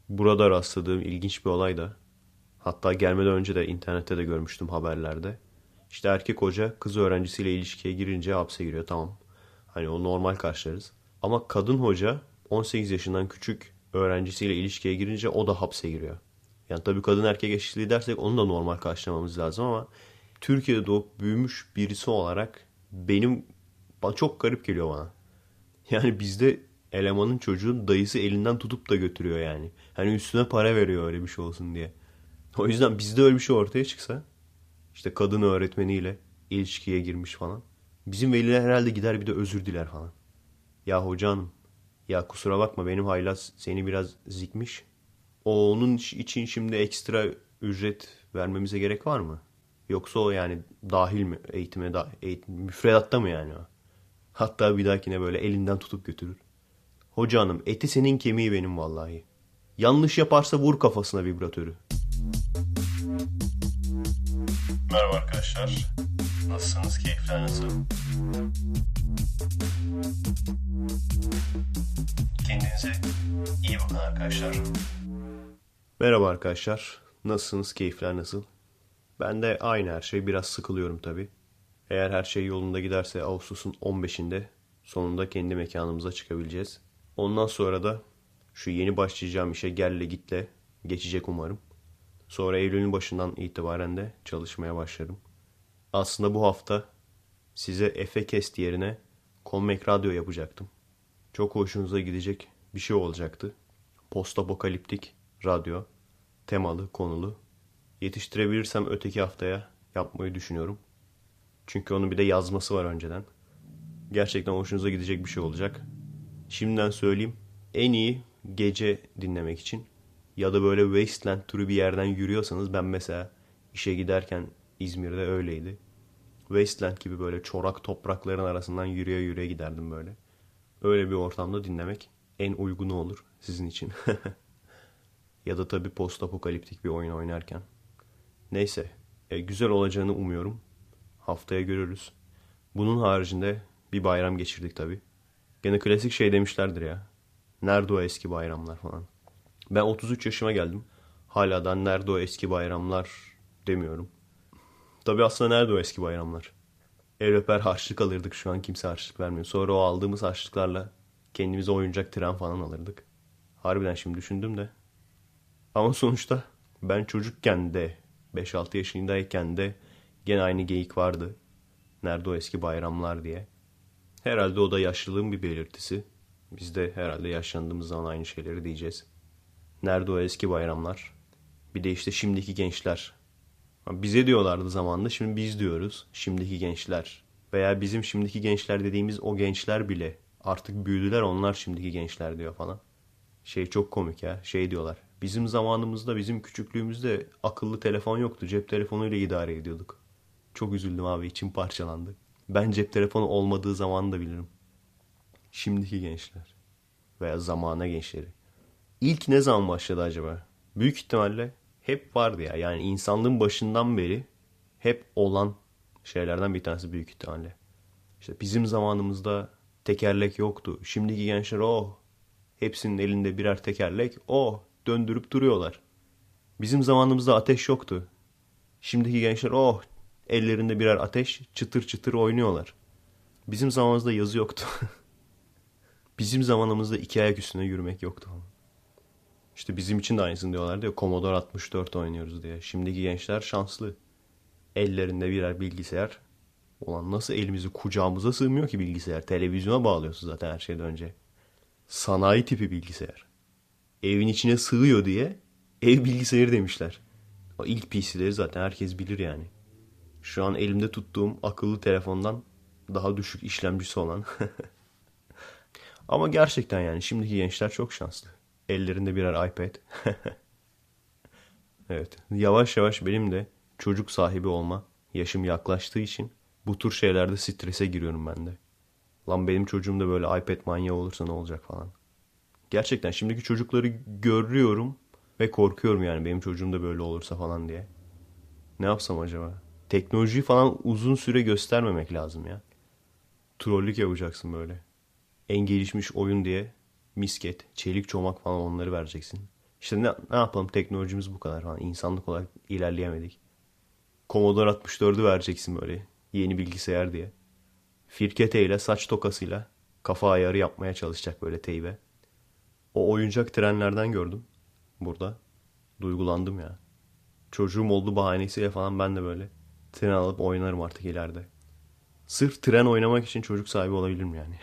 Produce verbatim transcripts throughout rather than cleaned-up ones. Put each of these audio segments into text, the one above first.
Burada rastladığım ilginç bir olay da, hatta gelmeden önce de internette de görmüştüm haberlerde. İşte erkek hoca kız öğrencisiyle ilişkiye girince hapse giriyor, tamam. Hani o normal karşılarız. Ama kadın hoca on sekiz yaşından küçük öğrencisiyle ilişkiye girince o da hapse giriyor. Yani tabii kadın erkek eşitliği dersek onu da normal karşılamamız lazım ama Türkiye'de doğup büyümüş birisi olarak benim çok garip geliyor bana. Yani bizde elemanın çocuğun dayısı elinden tutup da götürüyor yani. Hani üstüne para veriyor öyle bir şey olsun diye. O yüzden bizde öyle bir şey ortaya çıksa, işte kadın öğretmeniyle ilişkiye girmiş falan. Bizim veliler herhalde gider bir de özür diler falan. Ya hocam, ya kusura bakma benim haylaz seni biraz zikmiş. O onun için şimdi ekstra ücret vermemize gerek var mı? Yoksa o yani dahil mi eğitime, da, eğitim, müfredatta mı yani o? Hatta bir dahakine böyle elinden tutup götürür. Hoca hanım eti senin kemiği benim vallahi. Yanlış yaparsa vur kafasına vibratörü. Merhaba arkadaşlar. Nasılsınız? Keyifler nasıl? Kendinize iyi bakın arkadaşlar. Merhaba arkadaşlar. Nasılsınız? Keyifler nasıl? Ben de aynı her şey. Biraz sıkılıyorum tabii. Eğer her şey yolunda giderse Ağustos'un on beşinde sonunda kendi mekanımıza çıkabileceğiz. Ondan sonra da şu yeni başlayacağım işe gelle gitle geçecek umarım. Sonra Eylül'ün başından itibaren de çalışmaya başlarım. Aslında bu hafta size Efekest yerine Kommek Radyo yapacaktım. Çok hoşunuza gidecek bir şey olacaktı. Postapokaliptik radyo, temalı, konulu. Yetiştirebilirsem öteki haftaya yapmayı düşünüyorum. Çünkü onun bir de yazması var önceden. Gerçekten hoşunuza gidecek bir şey olacak. Şimdiden söyleyeyim. En iyi gece dinlemek için ya da böyle wasteland türü bir yerden yürüyorsanız, ben mesela işe giderken İzmir'de öyleydi. Wasteland gibi böyle çorak toprakların arasından yürüye yürüye giderdim böyle. Öyle bir ortamda dinlemek en uygunu olur sizin için. Ya da tabii post apokaliptik bir oyun oynarken. Neyse, e, güzel olacağını umuyorum. Haftaya görürüz. Bunun haricinde bir bayram geçirdik tabii. Gene klasik şey demişlerdir ya. Nerede o eski bayramlar falan. Ben otuz üç yaşıma geldim. Hala da nerede o eski bayramlar demiyorum. Tabii aslında nerede o eski bayramlar? El öper harçlık alırdık, şu an kimse harçlık vermiyor. Sonra o aldığımız harçlıklarla kendimize oyuncak tren falan alırdık. Harbiden şimdi düşündüm de. Ama sonuçta ben çocukken de beş altı yaşındayken de gene aynı geyik vardı. Nerede o eski bayramlar diye. Herhalde o da yaşlılığın bir belirtisi. Biz de herhalde yaşlandığımız zaman aynı şeyleri diyeceğiz. Nerede o eski bayramlar? Bir de işte şimdiki gençler. Bize diyorlardı zamanında, şimdi biz diyoruz. Şimdiki gençler. Veya bizim şimdiki gençler dediğimiz o gençler bile artık büyüdüler, onlar şimdiki gençler diyor falan. Şey çok komik ya. Şey diyorlar. Bizim zamanımızda, bizim küçüklüğümüzde akıllı telefon yoktu. Cep telefonuyla idare ediyorduk. Çok üzüldüm abi, içim parçalandı. Ben cep telefonu olmadığı zamanı da bilirim. Şimdiki gençler. Veya zamana gençleri. İlk ne zaman başladı acaba? Büyük ihtimalle hep vardı ya. Yani insanlığın başından beri hep olan şeylerden bir tanesi büyük ihtimalle. İşte bizim zamanımızda tekerlek yoktu. Şimdiki gençler oh, hepsinin elinde birer tekerlek, oh, döndürüp duruyorlar. Bizim zamanımızda ateş yoktu. Şimdiki gençler oh, ellerinde birer ateş, çıtır çıtır oynuyorlar. Bizim zamanımızda yazı yoktu. Bizim zamanımızda iki ayak üstüne yürümek yoktu. İşte bizim için de aynısını diyorlar diyor. Commodore altmış dört oynuyoruz diye. Şimdiki gençler şanslı. Ellerinde birer bilgisayar. Ulan nasıl elimizi kucağımıza sığmıyor ki bilgisayar? Televizyona bağlıyorsun zaten her şeyden önce. Sanayi tipi bilgisayar. Evin içine sığıyor diye ev bilgisayarı demişler. O ilk P C'leri zaten herkes bilir yani. Şu an elimde tuttuğum akıllı telefondan daha düşük işlemcisi olan. Ama gerçekten yani şimdiki gençler çok şanslı. Ellerinde birer iPad. Evet. Yavaş yavaş benim de çocuk sahibi olma yaşım yaklaştığı için bu tür şeylerde strese giriyorum ben de. Lan benim çocuğum da böyle iPad manyağı olursa ne olacak falan. Gerçekten şimdiki çocukları görüyorum ve korkuyorum yani benim çocuğum da böyle olursa falan diye. Ne yapsam acaba? Teknolojiyi falan uzun süre göstermemek lazım ya. Trollük yapacaksın böyle. En gelişmiş oyun diye misket, çelik çomak falan onları vereceksin. İşte ne, ne yapalım, teknolojimiz bu kadar falan. İnsanlık olarak ilerleyemedik. Commodore altmış dördü vereceksin böyle yeni bilgisayar diye. Firketeyle, saç tokasıyla kafa ayarı yapmaya çalışacak böyle teybe. O oyuncak trenlerden gördüm burada. Duygulandım ya. Çocuğum oldu bahanesiyle falan ben de böyle tren alıp oynarım artık ileride. Sırf tren oynamak için çocuk sahibi olabilirim yani.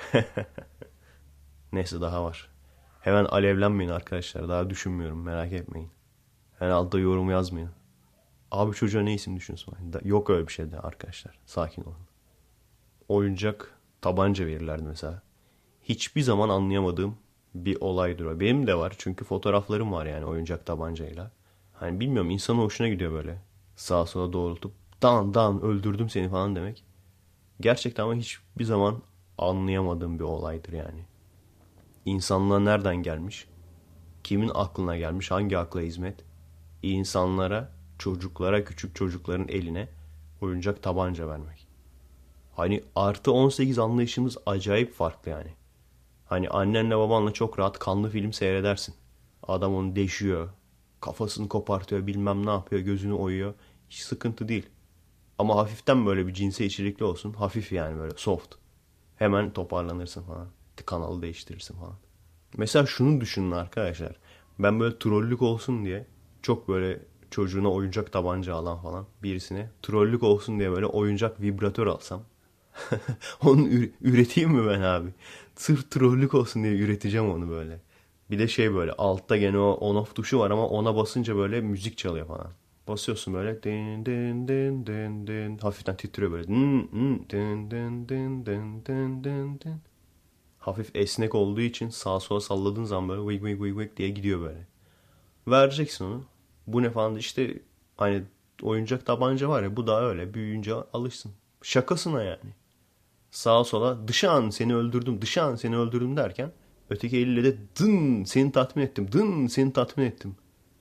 Neyse, daha var. Hemen alevlenmeyin arkadaşlar. Daha düşünmüyorum, merak etmeyin. Yani altta yorum yazmayın. Abi çocuğa ne isim düşünsün? Yok öyle bir şey de arkadaşlar. Sakin olun. Oyuncak tabanca verirlerdi mesela. Hiçbir zaman anlayamadığım bir olaydır o. Benim de var çünkü fotoğraflarım var yani oyuncak tabancayla. Hani bilmiyorum, insanın hoşuna gidiyor böyle. Sağa sola doğrultup dan dan öldürdüm seni falan demek. Gerçekten ama hiçbir zaman anlayamadığım bir olaydır yani. İnsanlığa nereden gelmiş? Kimin aklına gelmiş? Hangi akla hizmet? İnsanlara, çocuklara, küçük çocukların eline oyuncak tabanca vermek. Hani artı on sekiz anlayışımız acayip farklı yani. Hani annenle babanla çok rahat kanlı film seyredersin. Adam onu deşiyor, kafasını kopartıyor, bilmem ne yapıyor, gözünü oyuyor. Hiç sıkıntı değil. Ama hafiften böyle bir cinsel içerikli olsun. Hafif yani, böyle soft. Hemen toparlanırsın falan. Kanalı değiştirirsin falan. Mesela şunu düşünün arkadaşlar. Ben böyle trollük olsun diye çok böyle çocuğuna oyuncak tabanca alan falan birisine trollük olsun diye böyle oyuncak vibratör alsam. Onu ür- üreteyim mi ben abi? Sırf trollük olsun diye üreteceğim onu böyle. Bir de şey, böyle altta gene o on off tuşu var ama ona basınca böyle müzik çalıyor falan. Basıyorsun böyle din din din din din, hafiften titriyor böyle. Din din din din din din din din din. Hafif esnek olduğu için sağa sola salladığın zaman böyle wig wig wig wig diye gidiyor böyle. Vereceksin onu. Bu ne falan, işte hani oyuncak tabanca var ya, bu da öyle. Büyüyünce alışsın. Şakasına yani. Sağa sola dışan seni öldürdüm, dışan seni öldürdüm derken öteki eliyle de dın seni tatmin ettim, dın seni tatmin ettim.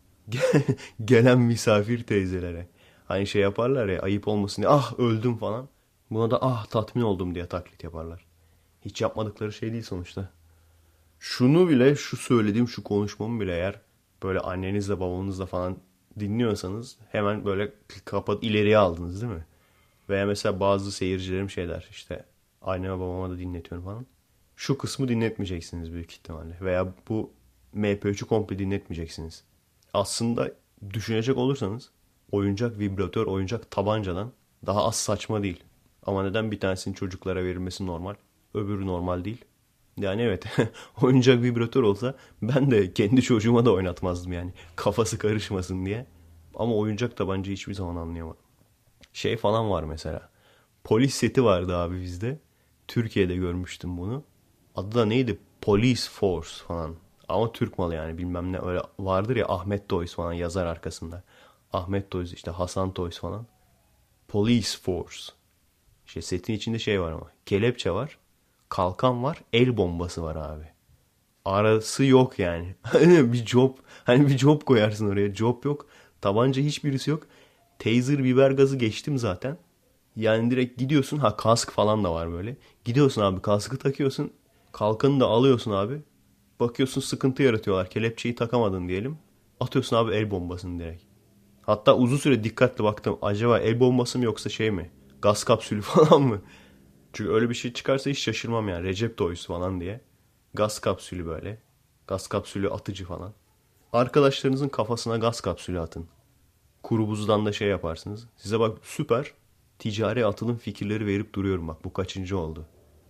Gelen misafir teyzelere. Hani şey yaparlar ya, ayıp olmasın diye, ah öldüm falan. Buna da ah tatmin oldum diye taklit yaparlar. Hiç yapmadıkları şey değil sonuçta. Şunu bile, şu söylediğim şu konuşmamı bile eğer böyle annenizle babanızla falan dinliyorsanız hemen böyle kapat ileriye aldınız değil mi? Veya mesela bazı seyircilerim şey der, işte anneme babama da dinletiyorum falan. Şu kısmı dinletmeyeceksiniz büyük ihtimalle. Veya bu M P üçü komple dinletmeyeceksiniz. Aslında düşünecek olursanız oyuncak vibratör, oyuncak tabancadan daha az saçma değil. Ama neden bir tanesinin çocuklara verilmesi normal, öbürü normal değil? Yani evet, oyuncak vibratör olsa ben de kendi çocuğuma da oynatmazdım yani. Kafası karışmasın diye. Ama oyuncak tabanca hiçbir zaman anlayamadım. Şey falan var mesela. Polis seti vardı abi bizde. Türkiye'de görmüştüm bunu. Adı da neydi? Police Force falan. Ama Türk malı yani, bilmem ne, öyle vardır ya, Ahmet Toys falan yazar arkasında. Ahmet Toys, işte Hasan Toys falan. Police Force. İşte setin içinde şey var ama. Kelepçe var. Kalkan var. El bombası var abi. Arası yok yani. Bir job. Hani bir job koyarsın oraya. Job yok. Tabanca hiçbirisi yok. Taser, biber gazı geçtim zaten. Yani direkt gidiyorsun. Ha, kask falan da var böyle. Gidiyorsun abi, kaskı takıyorsun. Kalkanı da alıyorsun abi. Bakıyorsun sıkıntı yaratıyorlar. Kelepçeyi takamadın diyelim. Atıyorsun abi el bombasını direkt. Hatta uzun süre dikkatli baktım. Acaba el bombası mı yoksa şey mi? Gaz kapsülü falan mı? Çünkü öyle bir şey çıkarsa hiç şaşırmam yani. Recep Toys falan diye. Gaz kapsülü böyle. Gaz kapsülü atıcı falan. Arkadaşlarınızın kafasına gaz kapsülü atın. Kuru buzdan da şey yaparsınız. Size bak, süper ticari atılım fikirleri verip duruyorum bak. Bu kaçıncı oldu?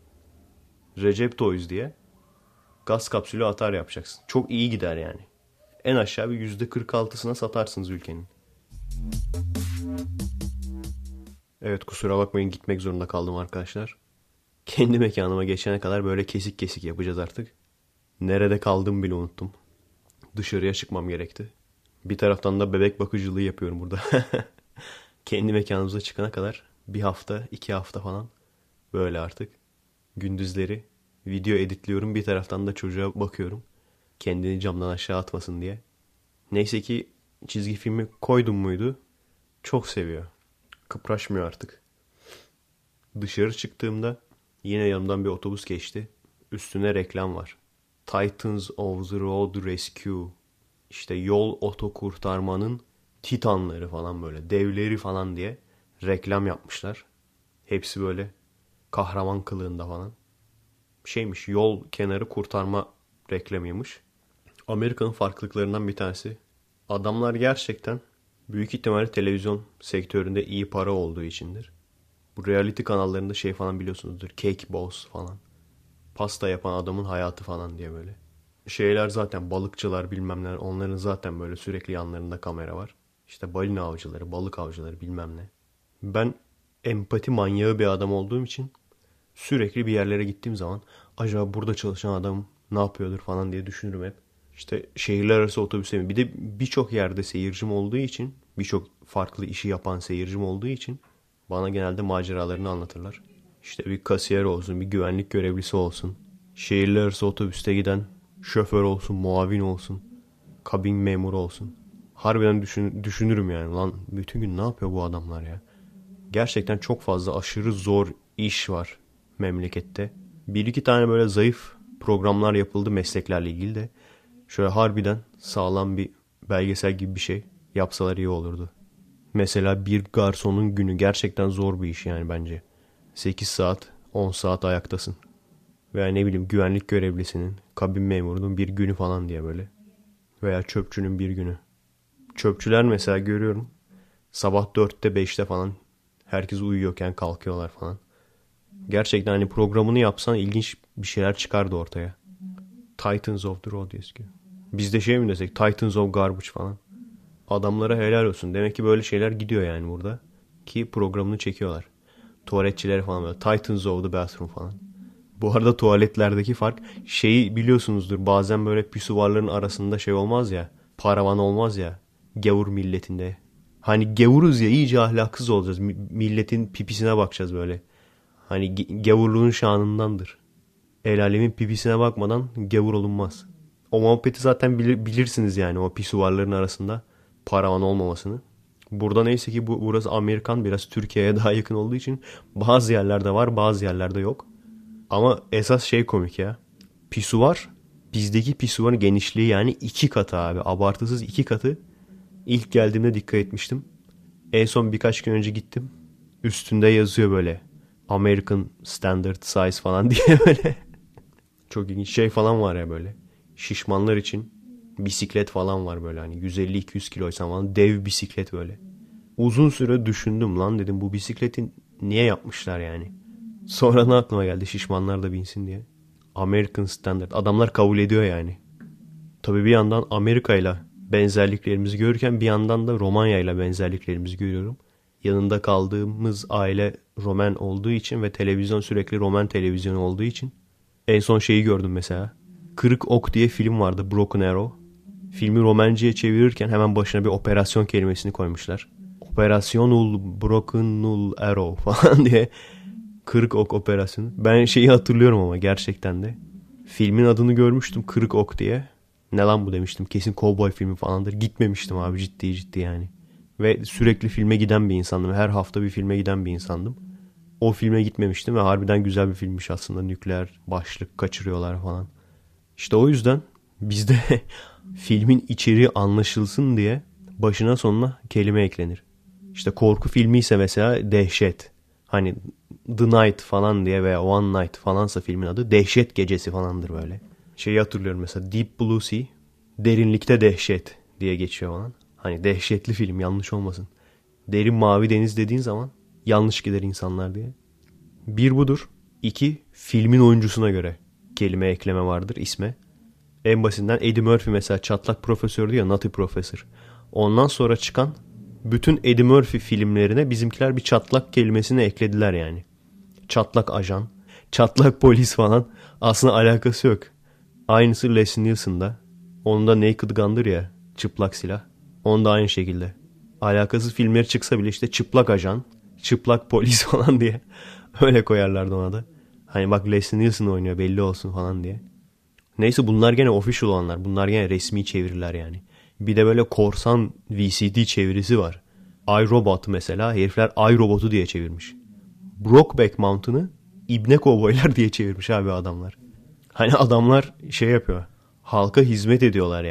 Recep Toys diye gaz kapsülü atar yapacaksın. Çok iyi gider yani. En aşağı bir yüzde kırk altısına satarsınız ülkenin. Evet, kusura bakmayın, gitmek zorunda kaldım arkadaşlar. Kendi mekanıma geçene kadar böyle kesik kesik yapacağız artık. Nerede kaldığımı bile unuttum. Dışarıya çıkmam gerekti. Bir taraftan da bebek bakıcılığı yapıyorum burada. Kendi mekanımıza çıkana kadar bir hafta, iki hafta falan böyle artık. Gündüzleri video editliyorum. Bir taraftan da çocuğa bakıyorum. Kendini camdan aşağı atmasın diye. Neyse ki çizgi filmi koydum muydu? Çok seviyor. Kıpraşmıyor artık. Dışarı çıktığımda yine yanımdan bir otobüs geçti. Üstüne reklam var. Titans of the Road Rescue. İşte yol oto kurtarmanın titanları falan böyle devleri falan diye reklam yapmışlar. Hepsi böyle kahraman kılığında falan. Şeymiş, yol kenarı kurtarma reklamıymış. Amerika'nın farklılıklarından bir tanesi. Adamlar gerçekten büyük ihtimalle televizyon sektöründe iyi para olduğu içindir. Bu reality kanallarında şey falan biliyorsunuzdur. Cake Boss falan. Pasta yapan adamın hayatı falan diye böyle. Şeyler zaten balıkçılar bilmem neler. Onların zaten böyle sürekli yanlarında kamera var. İşte balina avcıları, balık avcıları bilmem ne. Ben empati manyağı bir adam olduğum için sürekli bir yerlere gittiğim zaman acaba burada çalışan adam ne yapıyordur falan diye düşünürüm hep. İşte şehirler arası otobüse mi? Bir de birçok yerde seyircim olduğu için, birçok farklı işi yapan seyircim olduğu için bana genelde maceralarını anlatırlar. İşte bir kasiyer olsun, bir güvenlik görevlisi olsun, şehirler arası otobüste giden şoför olsun, muavin olsun, kabin memuru olsun. Harbiden düşün, düşünürüm yani. Lan bütün gün ne yapıyor bu adamlar ya? Gerçekten çok fazla aşırı zor iş var memlekette. Bir iki tane böyle zayıf programlar yapıldı mesleklerle ilgili de. Şöyle harbiden sağlam bir belgesel gibi bir şey yapsalar iyi olurdu. Mesela bir garsonun günü gerçekten zor bir iş yani bence. sekiz saat, on saat ayaktasın. Veya ne bileyim güvenlik görevlisinin, kabin memurunun bir günü falan diye böyle. Veya çöpçünün bir günü. Çöpçüler mesela görüyorum. Sabah dörtte beşte falan herkes uyuyorken kalkıyorlar falan. Gerçekten hani programını yapsan ilginç bir şeyler çıkardı ortaya. Titans of the Road eski. Bizde şey mi desek? Titans of Garbage falan. Adamlara helal olsun. Demek ki böyle şeyler gidiyor yani burada. Ki programını çekiyorlar. Tuvaletçileri falan böyle. Titans of the Bathroom falan. Bu arada tuvaletlerdeki fark şeyi biliyorsunuzdur. Bazen böyle pisuvarların arasında şey olmaz ya. Paravan olmaz ya. Gavur milletinde. Hani gavuruz ya iyice ahlaksız olacağız. Milletin pipisine bakacağız böyle. Hani gavurluğun şanındandır. El alemin pipisine bakmadan gavur olunmaz. O muhabbeti zaten bilir, bilirsiniz yani o pisuvarların arasında paravan olmamasını. Burada neyse ki bu, burası Amerikan biraz Türkiye'ye daha yakın olduğu için bazı yerlerde var bazı yerlerde yok. Ama esas şey komik ya. Pisuvar bizdeki pisuvarın genişliği yani iki katı abi. Abartısız iki katı. İlk geldiğimde dikkat etmiştim. En son birkaç gün önce gittim. Üstünde yazıyor böyle. American Standard Size falan diye böyle. Çok ilginç şey falan var ya böyle. Şişmanlar için bisiklet falan var böyle. Hani yüz elli iki yüz kiloysan falan dev bisiklet böyle. Uzun süre düşündüm lan dedim bu bisikleti niye yapmışlar yani. Sonra ne aklıma geldi şişmanlar da binsin diye. American Standard. Adamlar kabul ediyor yani. Tabii bir yandan Amerika ile benzerliklerimizi görürken bir yandan da Romanya ile benzerliklerimizi görüyorum. Yanında kaldığımız aile Roman olduğu için ve televizyon sürekli Roman televizyonu olduğu için en son şeyi gördüm mesela. Kırık Ok diye film vardı, Broken Arrow. Filmi Romanca'ya çevirirken hemen başına bir operasyon kelimesini koymuşlar. Operasyonul Brokenul Arrow falan diye. Kırık Ok operasyonu. Ben şeyi hatırlıyorum ama gerçekten de. Filmin adını görmüştüm Kırık Ok diye. Ne lan bu demiştim. Kesin kovboy filmi falandır. Gitmemiştim abi ciddi ciddi yani. Ve sürekli filme giden bir insandım. Her hafta bir filme giden bir insandım. O filme gitmemiştim ve harbiden güzel bir filmmiş aslında. Nükleer başlık kaçırıyorlar falan. İşte o yüzden bizde filmin içeriği anlaşılsın diye başına sonuna kelime eklenir. İşte korku filmi ise mesela Dehşet. Hani The Night falan diye veya One Night falansa filmin adı Dehşet Gecesi falandır böyle. Şeyi hatırlıyorum mesela Deep Blue Sea, Derinlikte Dehşet diye geçiyor falan. Hani dehşetli film yanlış olmasın. Derin mavi deniz dediğin zaman yanlış gider insanlar diye. Bir budur. İki, filmin oyuncusuna göre kelime ekleme vardır isme. En basitinden Eddie Murphy mesela Çatlak Profesördü ya, Nutty Professor. Ondan sonra çıkan bütün Eddie Murphy filmlerine bizimkiler bir çatlak kelimesini eklediler yani. Çatlak ajan, çatlak polis falan aslında alakası yok. Aynısı Leslie Nielsen'da. Onun da Naked Gun'dır ya, çıplak silah. Onun da aynı şekilde. Alakasız filmleri çıksa bile işte çıplak ajan, çıplak polis falan diye öyle koyarlardı ona da. Hani bak Leslie Nielsen oynuyor belli olsun falan diye. Neyse bunlar gene official olanlar. Bunlar gene resmi çeviriler yani. Bir de böyle korsan V C D çevirisi var. iRobot mesela herifler iRobot'u diye çevirmiş. Brokeback Mountain'ı İbne Kovboylar diye çevirmiş abi adamlar. Hani adamlar şey yapıyor. Halka hizmet ediyorlar yani.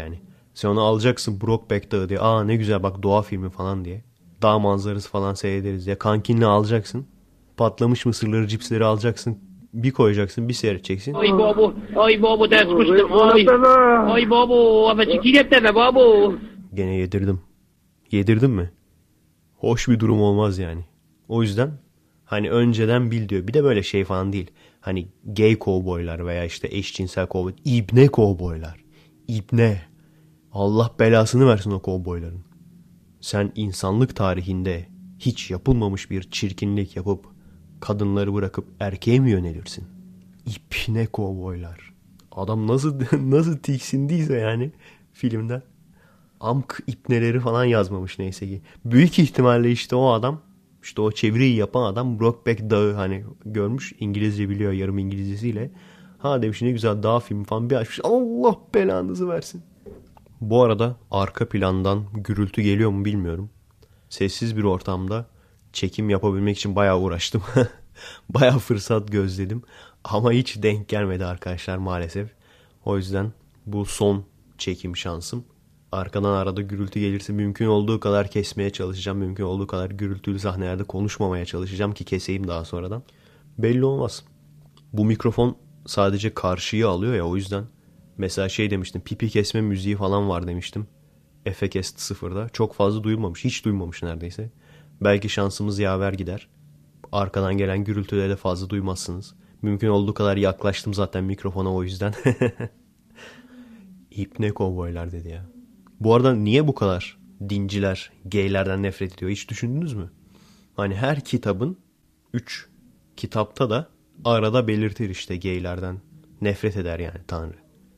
Sen onu alacaksın Brokeback Dağı diye. Aa ne güzel bak doğa filmi falan diye. Dağ manzarası falan seyrederiz diye. Kankinle alacaksın. Patlamış mısırları, cipsleri alacaksın. Bir koyacaksın, bir seyredeceksin. Ay babo, ay babo ders kuştum. Ay, ay babo, ama çekilip deme babo. Gene yedirdim. Yedirdim mi? Hoş bir durum olmaz yani. O yüzden hani önceden bil diyor. Bir de böyle şey falan değil. Hani gay kovboylar veya işte eşcinsel kovboy. İbne kovboylar. İbne. Allah belasını versin o kovboyların. Sen insanlık tarihinde hiç yapılmamış bir çirkinlik yapıp kadınları bırakıp erkeğe mi yönelirsin? İpne kovboylar. Adam nasıl nasıl tiksindiyse yani filmden. Amk ipneleri falan yazmamış neyse ki. Büyük ihtimalle işte o adam, işte o çeviriyi yapan adam Brokeback Dağı hani görmüş, İngilizce biliyor yarım İngilizcesiyle. Ha demiş ne güzel dağ filmi falan bir açmış. Allah belanızı versin. Bu arada arka plandan gürültü geliyor mu bilmiyorum. Sessiz bir ortamda çekim yapabilmek için bayağı uğraştım. Bayağı fırsat gözledim. Ama hiç denk gelmedi arkadaşlar maalesef. O yüzden bu son çekim şansım. Arkadan arada gürültü gelirse mümkün olduğu kadar kesmeye çalışacağım. Mümkün olduğu kadar gürültülü sahnelerde konuşmamaya çalışacağım ki keseyim daha sonradan. Belli olmaz. Bu mikrofon sadece karşıyı alıyor ya, o yüzden. Mesela şey demiştim, pipi kesme müziği falan var demiştim. Efekest sıfırda. Çok fazla duyulmamış. Hiç duymamış neredeyse. Belki şansımız yaver gider. Arkadan gelen gürültüleri de fazla duymazsınız. Mümkün olduğu kadar yaklaştım zaten mikrofona, o yüzden. İpne kovboylar dedi ya. Bu arada niye bu kadar dinciler gaylerden nefret ediyor? Hiç düşündünüz mü? Hani her kitabın üç kitapta da arada belirtir işte gaylerden nefret eder yani Tanrı.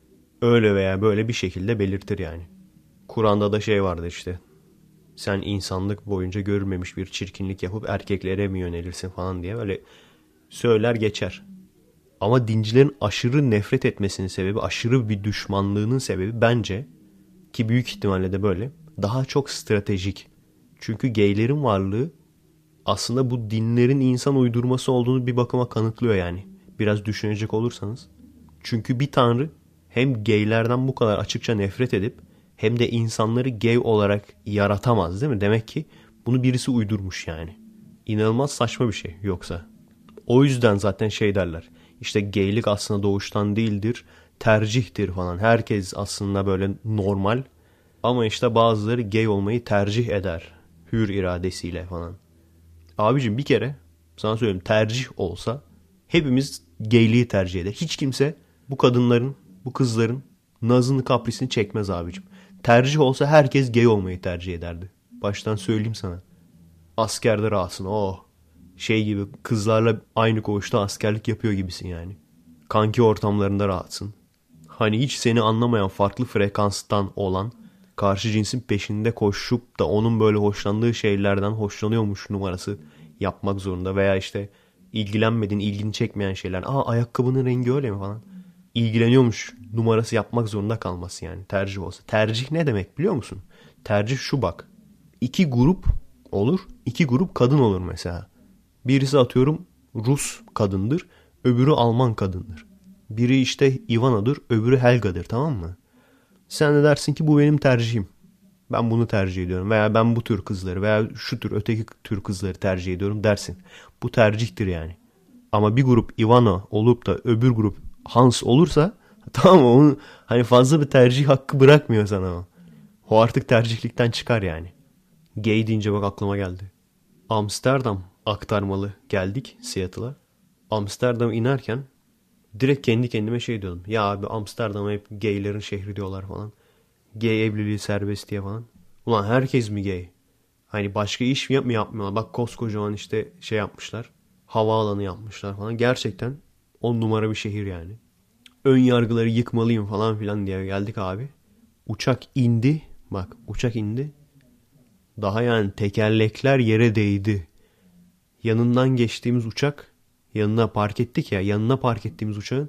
Öyle veya böyle bir şekilde belirtir yani. Kur'an'da da şey vardı işte. Sen insanlık boyunca görülmemiş bir çirkinlik yapıp erkeklere mi yönelirsin falan diye böyle söyler geçer. Ama dincilerin aşırı nefret etmesinin sebebi, aşırı bir düşmanlığının sebebi bence, ki büyük ihtimalle de böyle, daha çok stratejik. Çünkü gaylerin varlığı aslında bu dinlerin insan uydurması olduğunu bir bakıma kanıtlıyor yani. Biraz düşünecek olursanız. Çünkü bir tanrı hem gaylerden bu kadar açıkça nefret edip hem de insanları gay olarak yaratamaz değil mi? Demek ki bunu birisi uydurmuş yani. İnanılmaz saçma bir şey yoksa. O yüzden zaten şey derler. İşte gaylik aslında doğuştan değildir, tercihtir falan. Herkes aslında böyle normal. Ama işte bazıları gay olmayı tercih eder. Hür iradesiyle falan. Abicim bir kere sana söyleyeyim, tercih olsa hepimiz gayliği tercih eder. Hiç kimse bu kadınların, bu kızların nazını kaprisini çekmez abicim. Tercih olsa herkes gay olmayı tercih ederdi. Baştan söyleyeyim sana. Askerde rahatsın. Oh. Şey gibi kızlarla aynı koğuşta askerlik yapıyor gibisin yani. Kanki ortamlarında rahatsın. Hani hiç seni anlamayan farklı frekanstan olan karşı cinsin peşinde koşup da onun böyle hoşlandığı şeylerden hoşlanıyormuş numarası yapmak zorunda. Veya işte ilgilenmediğin, ilgini çekmeyen şeyler. Aa ayakkabının rengi öyle mi falan. İlgileniyormuş numarası yapmak zorunda kalması yani tercih olsa. Tercih ne demek biliyor musun? Tercih şu bak. İki grup olur. İki grup kadın olur mesela. Birisi atıyorum Rus kadındır. Öbürü Alman kadındır. Biri işte Ivana'dır. Öbürü Helga'dır, tamam mı? Sen de dersin ki bu benim tercihim. Ben bunu tercih ediyorum. Veya ben bu tür kızları veya şu tür öteki tür kızları tercih ediyorum dersin. Bu tercihtir yani. Ama bir grup Ivana olup da öbür grup Hans olursa tamam mı? Onu hani fazla bir tercih hakkı bırakmıyor sana o. O artık tercihlikten çıkar yani. Gay deyince bak aklıma geldi. Amsterdam aktarmalı geldik Seattle'a. Amsterdam'a inerken direkt kendi kendime şey diyordum. Ya abi Amsterdam'a hep gaylerin şehri diyorlar falan. Gay evliliği serbest diye falan. Ulan herkes mi gay? Hani başka iş mi, yap mı yapmıyorlar? Bak koskocaman işte şey yapmışlar. Havaalanı yapmışlar falan. Gerçekten on numara bir şehir yani. Ön yargıları yıkmalıyım falan filan diye geldik abi. Uçak indi. Bak uçak indi. Daha yani tekerlekler yere değdi. Yanından geçtiğimiz uçak, yanına park ettik ya, yanına park ettiğimiz uçağın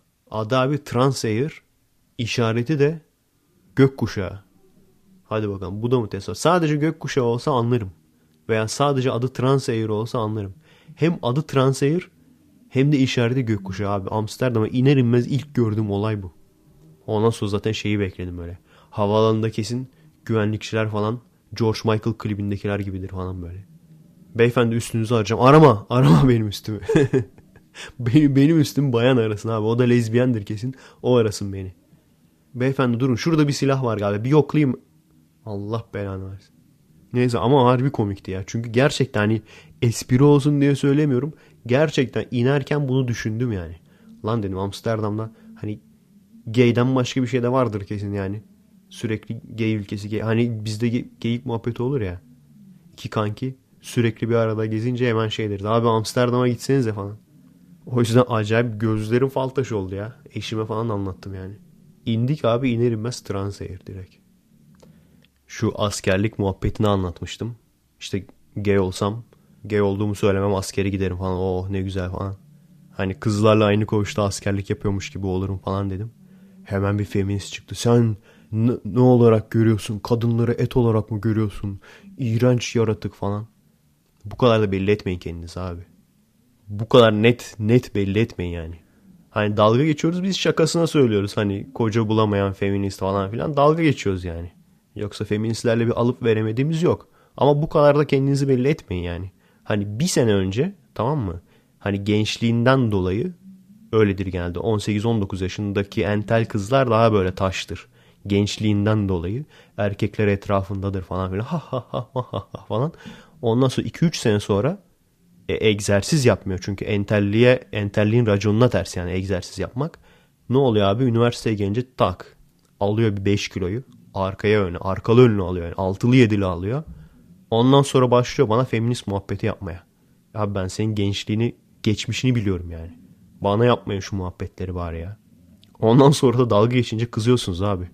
adı abi Transair, işareti de gökkuşağı. Hadi bakalım bu da mı tesadüf? Sadece gökkuşağı olsa anlarım. Veya sadece adı Transair olsa anlarım. Hem adı Transair hem de işareti gökkuşağı abi. Amsterdam'a iner inmez ilk gördüğüm olay bu. Ondan sonra zaten şeyi bekledim böyle. Havaalanında kesin güvenlikçiler falan George Michael klibindekiler gibidir falan böyle. Beyefendi üstünüzü arayacağım. Arama. Arama benim üstümü. benim, benim üstüm bayan arasın abi. O da lezbiyendir kesin. O arasın beni. Beyefendi durun. Şurada bir silah var galiba. Bir yoklayayım. Allah belanı versin. Neyse ama harbi komikti ya. Çünkü gerçekten hani espri olsun diye söylemiyorum. Gerçekten inerken bunu düşündüm yani. Lan dedim Amsterdam'da hani gay'den başka bir şey de vardır kesin yani. Sürekli gay ülkesi. Gay. Hani bizde ge- geyik muhabbeti olur ya. İki kanki sürekli bir arada gezince hemen şey deriz. Abi Amsterdam'a gitsenize falan. O yüzden acayip gözlerim fal taşı oldu ya. Eşime falan anlattım yani. İndik abi iner inmez Transair direkt. Şu askerlik muhabbetini anlatmıştım. İşte gay olsam, gay olduğumu söylemem askere giderim falan. Oh ne güzel falan. Hani kızlarla aynı koğuşta askerlik yapıyormuş gibi olurum falan dedim. Hemen bir feminist çıktı. Sen ne, ne olarak görüyorsun? Kadınları et olarak mı görüyorsun? İğrenç yaratık falan. Bu kadar da belli etmeyin kendinizi abi. Bu kadar net net belli etmeyin yani. Hani dalga geçiyoruz biz şakasına söylüyoruz. Hani koca bulamayan feminist falan filan dalga geçiyoruz yani. Yoksa feministlerle bir alıp veremediğimiz yok. Ama bu kadar da kendinizi belli etmeyin yani. Hani bir sene önce tamam mı? Hani gençliğinden dolayı öyledir genelde. on sekiz on dokuz yaşındaki entel kızlar daha böyle taştır. Gençliğinden dolayı erkekler etrafındadır falan filan. Ha ha ha ha ha falan. Ondan sonra iki üç sene sonra e, egzersiz yapmıyor. Çünkü entelliğe, entelliğin raconuna ters yani egzersiz yapmak. Ne oluyor abi? Üniversiteye gelince tak. Alıyor bir beş kiloyu. Arkaya öne, arkalı önlü alıyor. Yani altılı yedili alıyor. Ondan sonra başlıyor bana feminist muhabbeti yapmaya. Abi ben senin gençliğini, geçmişini biliyorum yani. Bana yapmayın şu muhabbetleri bari ya. Ondan sonra da dalga geçince kızıyorsunuz abi.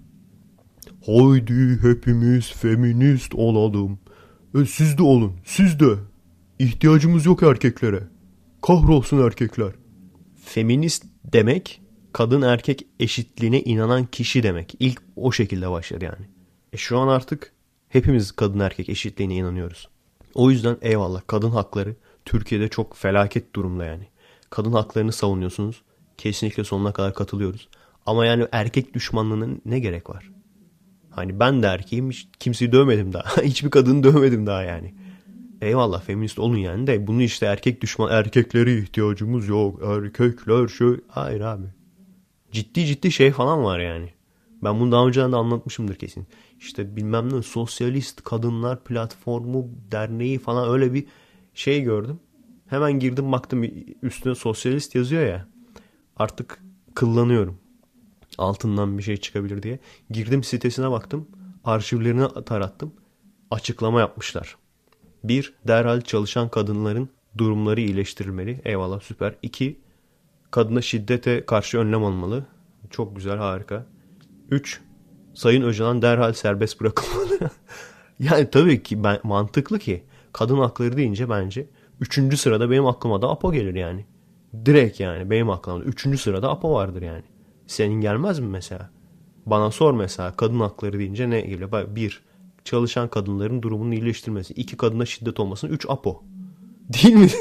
Haydi hepimiz feminist olalım. E, siz de olun, siz de. İhtiyacımız yok erkeklere. Kahrolsun erkekler. Feminist demek kadın erkek eşitliğine inanan kişi demek. İlk o şekilde başlar yani. E şu an artık hepimiz kadın erkek eşitliğine inanıyoruz. O yüzden eyvallah kadın hakları Türkiye'de çok felaket durumda yani. Kadın haklarını savunuyorsunuz. Kesinlikle sonuna kadar katılıyoruz. Ama yani erkek düşmanlığına ne gerek var? Hani ben de erkeğim hiç kimseyi dövmedim daha. Hiçbir kadını dövmedim daha yani. Eyvallah feminist olun yani de bunu işte erkek düşman erkeklere ihtiyacımız yok. Erkekler şu. Hayır abi. Ciddi ciddi şey falan var yani. Ben bunu daha önceden de anlatmışımdır kesin. İşte bilmem ne sosyalist kadınlar platformu derneği falan öyle bir şey gördüm. Hemen girdim baktım üstüne sosyalist yazıyor ya. Artık kıllanıyorum. Altından bir şey çıkabilir diye. Girdim sitesine baktım. Arşivlerini tarattım. Açıklama yapmışlar. Bir, derhal çalışan kadınların durumları iyileştirilmeli. Eyvallah süper. İki, kadına şiddete karşı önlem alınmalı. Çok güzel harika. Üç, Sayın Öcalan derhal serbest bırakılmalı. Yani tabii ki ben, mantıklı ki kadın hakları deyince bence üçüncü sırada benim aklıma da APO gelir yani. Direkt yani benim aklımda üçüncü sırada APO vardır yani. Senin gelmez mi mesela? Bana sor mesela kadın hakları deyince ne geliyor? Bak bir, çalışan kadınların durumunun iyileştirilmesi. İki, kadına şiddet olmasın. Üç, APO. Değil mi?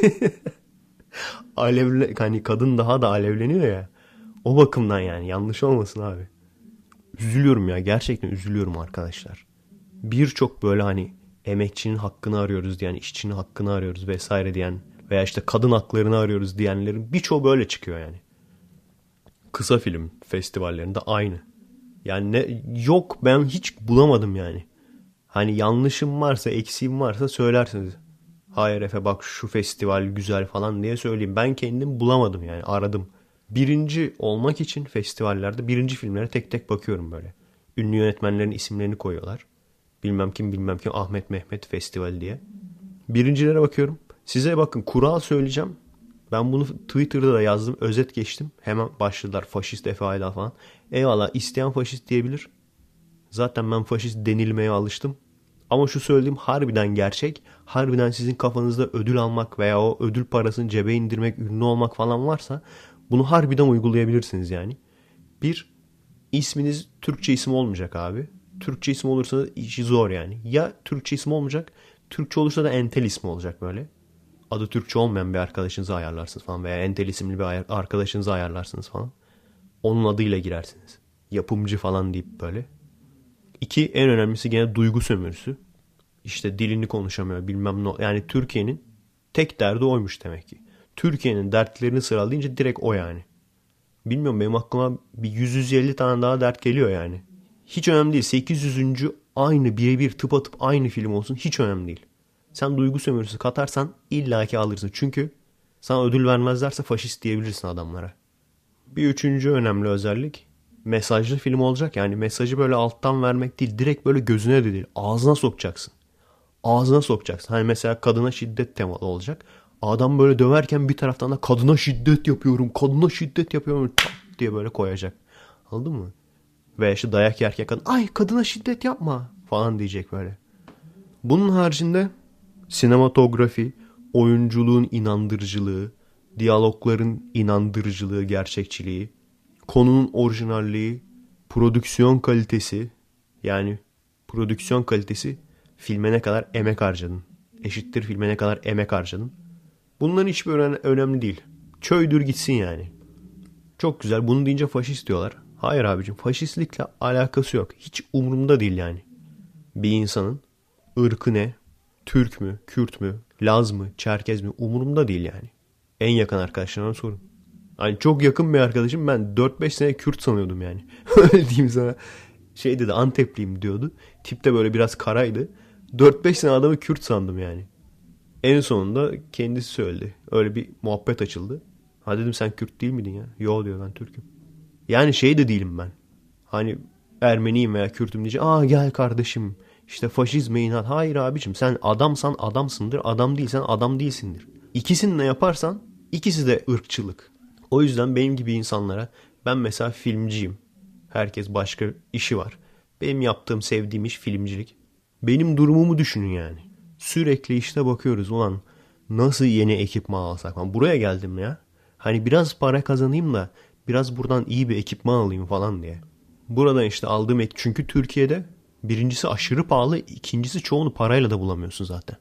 Alevle, hani kadın daha da alevleniyor ya. O bakımdan yani yanlış olmasın abi. Üzülüyorum ya gerçekten üzülüyorum arkadaşlar. Birçok böyle hani emekçinin hakkını arıyoruz diyen, işçinin hakkını arıyoruz vesaire diyen veya işte kadın haklarını arıyoruz diyenlerin birçoğu böyle çıkıyor yani. Kısa film festivallerinde aynı. Yani ne, yok ben hiç bulamadım yani. Hani yanlışım varsa, eksiğim varsa söylersiniz. Hayır Efe bak şu festival güzel falan diye söyleyeyim. Ben kendim bulamadım yani aradım. Birinci olmak için festivallerde birinci filmlere tek tek bakıyorum böyle. Ünlü yönetmenlerin isimlerini koyuyorlar. Bilmem kim bilmem kim Ahmet Mehmet Festivali diye. Birincilere bakıyorum. Size bakın kural söyleyeceğim. Ben bunu Twitter'da da yazdım. Özet geçtim. Hemen başladılar faşist Efe Aydal falan. Eyvallah isteyen faşist diyebilir. Zaten ben faşist denilmeye alıştım. Ama şu söylediğim harbiden gerçek. Harbiden sizin kafanızda ödül almak veya o ödül parasını cebe indirmek, ünlü olmak falan varsa bunu harbiden uygulayabilirsiniz yani. Bir, isminiz Türkçe isim olmayacak abi. Türkçe isim olursa işi zor yani. Ya Türkçe isim olmayacak, Türkçe olursa da entel ismi olacak böyle. Adı Türkçe olmayan bir arkadaşınızı ayarlarsınız falan veya entel isimli bir arkadaşınızı ayarlarsınız falan. Onun adıyla girersiniz. Yapımcı falan deyip böyle. İki, en önemlisi gene duygu sömürüsü. İşte dilini konuşamıyor bilmem ne. Yani Türkiye'nin tek derdi oymuş demek ki. Türkiye'nin dertlerini sıralayınca direkt o yani. Bilmiyorum, benim aklıma bir yüz yüz elli tane daha dert geliyor yani. Hiç önemli değil. sekiz yüzüncü aynı birebir tıpatıp aynı film olsun, hiç önemli değil. Sen duygu sömürüsü katarsan illaki alırsın. Çünkü sana ödül vermezlerse faşist diyebilirsin adamlara. Bir üçüncü önemli özellik, mesajlı film olacak. Yani mesajı böyle alttan vermek değil, direkt böyle gözüne de değil, ağzına sokacaksın. Ağzına sokacaksın. Hani mesela kadına şiddet temalı olacak. Adam böyle döverken bir taraftan da kadına şiddet yapıyorum, kadına şiddet yapıyorum diye böyle koyacak. Anladın mı? Veya işte dayak yerken kadın, ay kadına şiddet yapma falan diyecek böyle. Bunun haricinde sinematografi, oyunculuğun inandırıcılığı, diyalogların inandırıcılığı, gerçekçiliği, konunun orijinalliği, prodüksiyon kalitesi, yani prodüksiyon kalitesi, filme ne kadar emek harcadın eşittir filme ne kadar emek harcadın. Bunların hiçbir önemli değil. Çöydür gitsin yani. Çok güzel. Bunu deyince faşist diyorlar. Hayır abicim, faşistlikle alakası yok. Hiç umurumda değil yani. Bir insanın ırkı ne, Türk mü, Kürt mü, Laz mı, Çerkez mi, umurumda değil yani. En yakın arkadaşlarına sorun. Hani çok yakın bir arkadaşım, ben dört beş sene Kürt sanıyordum yani. Öyle diyeyim sana. Şey dedi, Antepliyim diyordu. Tip de böyle biraz karaydı. dört beş sene adamı Kürt sandım yani. En sonunda kendisi söyledi. Öyle bir muhabbet açıldı. Ha dedim, sen Kürt değil miydin ya? Yo diyor, ben Türk'üm. Yani şey de değilim ben. Hani Ermeniyim veya Kürt'üm diyecek. Aa gel kardeşim, İşte faşizme inat. Hayır abicim, sen adamsan adamsındır. Adam değilsen adam değilsindir. İkisini de yaparsan ikisi de ırkçılık. O yüzden benim gibi insanlara, ben mesela filmciyim. Herkes başka işi var. Benim yaptığım, sevdiğim iş filmcilik. Benim durumumu düşünün yani. Sürekli işte bakıyoruz, ulan nasıl yeni ekipman alsak falan. Buraya geldim ya. Hani biraz para kazanayım da biraz buradan iyi bir ekipman alayım falan diye. Buradan işte aldığım ek, çünkü Türkiye'de birincisi aşırı pahalı, ikincisi çoğunu parayla da bulamıyorsun zaten.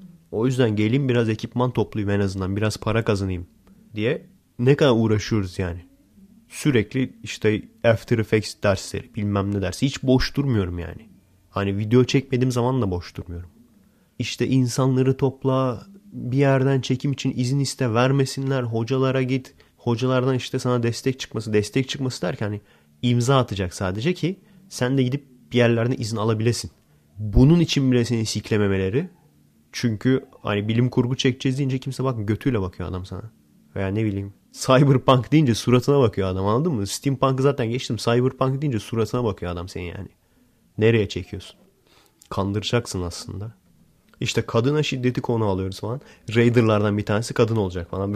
O yüzden geleyim biraz ekipman toplayayım, en azından biraz para kazanayım diye ne kadar uğraşıyoruz yani. Sürekli işte After Effects dersleri, bilmem ne dersi, hiç boş durmuyorum yani. Hani video çekmediğim zaman da boş durmuyorum. İşte insanları topla, bir yerden çekim için izin iste, vermesinler, hocalara git. Hocalardan işte sana destek çıkması, destek çıkması derken hani imza atacak sadece ki sen de gidip bir yerlerden izin alabilesin. Bunun için bile seni siklememeleri. Çünkü hani bilim kurgu çekeceğiz deyince kimse bak götüyle bakıyor adam sana. Veya ne bileyim Cyberpunk deyince suratına bakıyor adam, anladın mı? Steampunk'ı zaten geçtim. Cyberpunk deyince suratına bakıyor adam senin yani. Nereye çekiyorsun? Kandıracaksın aslında. İşte kadına şiddeti konu alıyoruz falan. Raider'lardan bir tanesi kadın olacak falan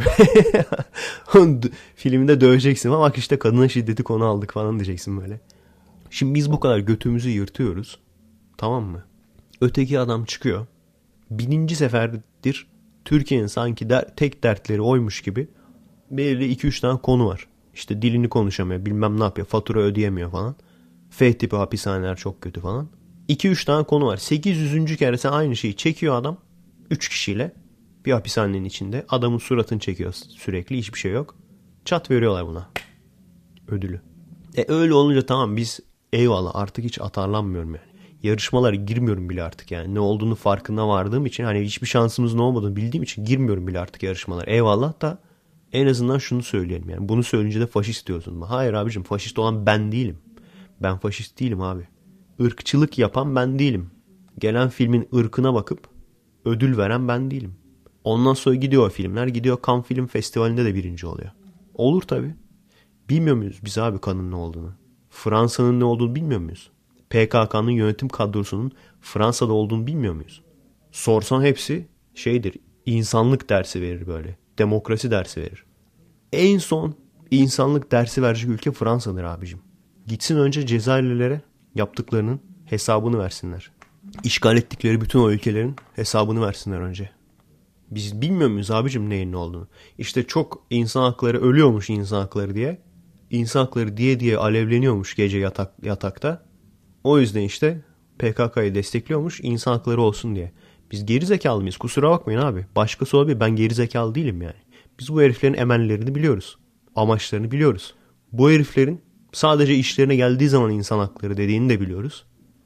böyle. Filmde döveceksin ama bak işte kadına şiddeti konu aldık falan diyeceksin böyle. Şimdi biz bu kadar götümüzü yırtıyoruz. Tamam mı? Öteki adam çıkıyor. Bininci seferdir Türkiye'nin sanki der, tek dertleri oymuş gibi belirli iki üç tane konu var. İşte dilini konuşamıyor, bilmem ne yapıyor, fatura ödeyemiyor falan. F tipi hapishaneler çok kötü falan. iki üç tane konu var. sekiz yüzüncü kere sen aynı şeyi çekiyor adam. üç kişiyle bir hapishanenin içinde. Adamın suratını çekiyor sürekli, hiçbir şey yok. Çat veriyorlar buna ödülü. E öyle olunca tamam, biz eyvallah, artık hiç atarlanmıyorum yani. Yarışmalara girmiyorum bile artık yani. Ne olduğunu farkına vardığım için, hani hiçbir şansımızın olmadığını bildiğim için girmiyorum bile artık yarışmalara. Eyvallah da en azından şunu söyleyelim yani. Bunu söyleyince de faşist diyorsun. Hayır abicim, faşist olan ben değilim. Ben faşist değilim abi. Irkçılık yapan ben değilim. Gelen filmin ırkına bakıp ödül veren ben değilim. Ondan sonra gidiyor o filmler. Gidiyor Cannes Film Festivali'nde de birinci oluyor. Olur tabii. Bilmiyor muyuz biz abi Cannes'ın ne olduğunu? Fransa'nın ne olduğunu bilmiyor muyuz? P K K'nın yönetim kadrosunun Fransa'da olduğunu bilmiyor muyuz? Sorsan hepsi şeydir, insanlık dersi verir böyle. Demokrasi dersi verir. En son insanlık dersi verecek ülke Fransa'dır abicim. Gitsin önce Cezayirlilere yaptıklarının hesabını versinler. İşgal ettikleri bütün o ülkelerin hesabını versinler önce. Biz bilmiyor muyuz abicim neyin ne olduğunu? İşte çok insan hakları ölüyormuş, insan hakları diye. İnsan hakları diye diye alevleniyormuş gece yatak, yatakta. O yüzden işte P K K'yı destekliyormuş, insan hakları olsun diye. Biz geri zekalı mıyız? Kusura bakmayın abi. Başkası olabilir. Ben geri zekalı değilim yani. Biz bu heriflerin emellerini biliyoruz. Amaçlarını biliyoruz. Bu heriflerin sadece işlerine geldiği zaman insan hakları dediğini de biliyoruz.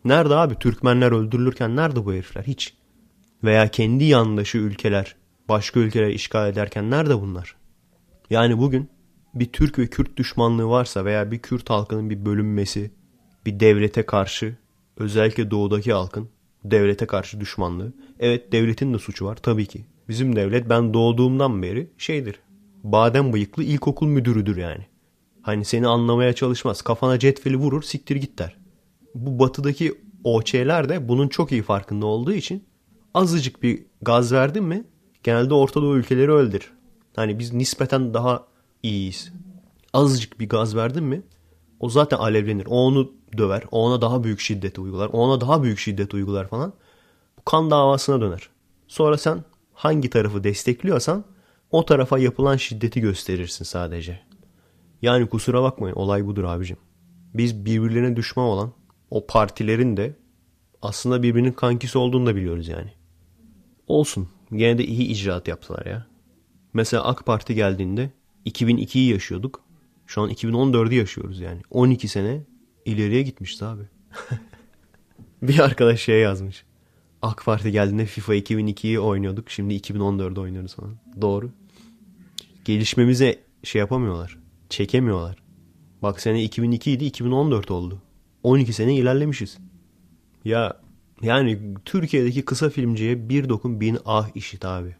Nerede abi? Türkmenler öldürülürken nerede bu herifler? Hiç. Veya kendi yandaşı ülkeler başka ülkeler işgal ederken nerede bunlar? Yani bugün bir Türk ve Kürt düşmanlığı varsa veya bir Kürt halkının bir bölünmesi, bir devlete karşı, özellikle doğudaki halkın devlete karşı düşmanlığı. Evet, devletin de suçu var tabii ki. Bizim devlet, ben doğduğumdan beri şeydir. Badem bıyıklı ilkokul müdürüdür yani. Hani seni anlamaya çalışmaz. Kafana cetveli vurur, siktir git der. Bu batıdaki O Ç'ler de bunun çok iyi farkında olduğu için azıcık bir gaz verdin mi genelde Orta Doğu ülkeleri öldür. Hani biz nispeten daha iyiyiz. Azıcık bir gaz verdin mi o zaten alevlenir. O onu döver. O ona daha büyük şiddet uygular. O ona daha büyük şiddet uygular falan. Bu kan davasına döner. Sonra sen hangi tarafı destekliyorsan o tarafa yapılan şiddeti gösterirsin sadece. Yani kusura bakmayın, olay budur abicim. Biz birbirlerine düşman olan o partilerin de aslında birbirinin kankisi olduğunu da biliyoruz yani. Olsun. Gene de iyi icraat yaptılar ya. Mesela AK Parti geldiğinde iki bin ikiyi yaşıyorduk. Şu an iki bin on dördü yaşıyoruz yani. on iki sene ileriye gitmişti abi. Bir arkadaş şey yazmış. AK Parti geldiğinde FIFA iki bin ikiyi oynuyorduk. Şimdi iki bin on dördü oynuyoruz falan. Doğru. Gelişmemize şey yapamıyorlar. Çekemiyorlar. Bak sene iki bin iki idi, iki bin on dört oldu. on iki sene ilerlemişiz. Ya yani Türkiye'deki kısa filmciye bir dokun bin ah işit abi.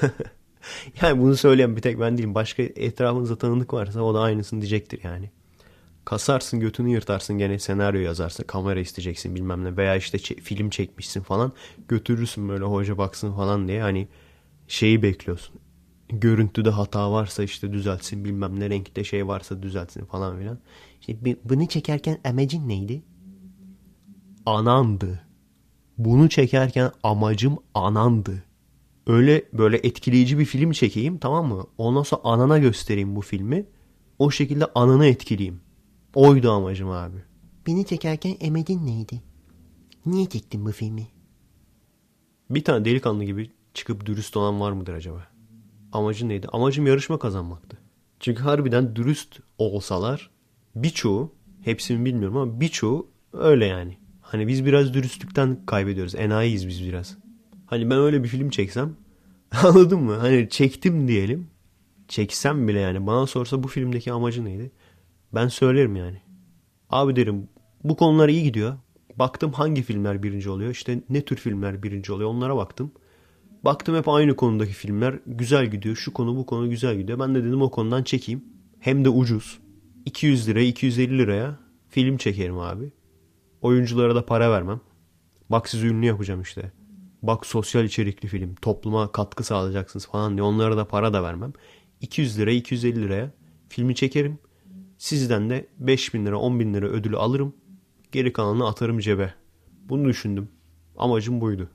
Yani bunu söyleyen bir tek ben değilim. Başka etrafınızda tanıdık varsa o da aynısını diyecektir yani. Kasarsın, götünü yırtarsın, gene senaryo yazarsın, kamera isteyeceksin bilmem ne, veya işte ç- film çekmişsin falan, götürürsün böyle hoca baksın falan diye, hani şeyi bekliyorsun. Görüntüde hata varsa işte düzeltsin, bilmem ne renkte şey varsa düzeltsin falan filan. İşte bunu çekerken amacın neydi? Anandı. Bunu çekerken amacım anandı. Öyle böyle etkileyici bir film çekeyim, tamam mı? Ondan sonra anana göstereyim bu filmi. O şekilde ananı etkileyeyim. Oydu amacım abi. Beni çekerken emedin neydi? Niye çektin bu filmi? Bir tane delikanlı gibi çıkıp dürüst olan var mıdır acaba? Amacın neydi? Amacım yarışma kazanmaktı. Çünkü harbiden dürüst olsalar birçoğu, hepsini bilmiyorum ama birçoğu öyle yani. Hani biz biraz dürüstlükten kaybediyoruz. Enayiyiz biz biraz. Hani ben öyle bir film çeksem, anladın mı? Hani çektim diyelim. Çeksem bile yani bana sorsa bu filmdeki amacı neydi? Ben söylerim yani. Abi derim, bu konular iyi gidiyor. Baktım hangi filmler birinci oluyor. İşte ne tür filmler birinci oluyor, onlara baktım. Baktım hep aynı konudaki filmler güzel gidiyor. Şu konu bu konu güzel gidiyor. Ben de dedim o konudan çekeyim. Hem de ucuz. iki yüz liraya iki yüz elli liraya film çekerim abi. Oyunculara da para vermem. Bak sizi ünlü yapacağım işte. Bak sosyal içerikli film. Topluma katkı sağlayacaksınız falan diye. Onlara da para da vermem. iki yüz liraya iki yüz elli liraya filmi çekerim. Sizden de beş bin lira on bin lira ödülü alırım. Geri kalanını atarım cebe. Bunu düşündüm. Amacım buydu.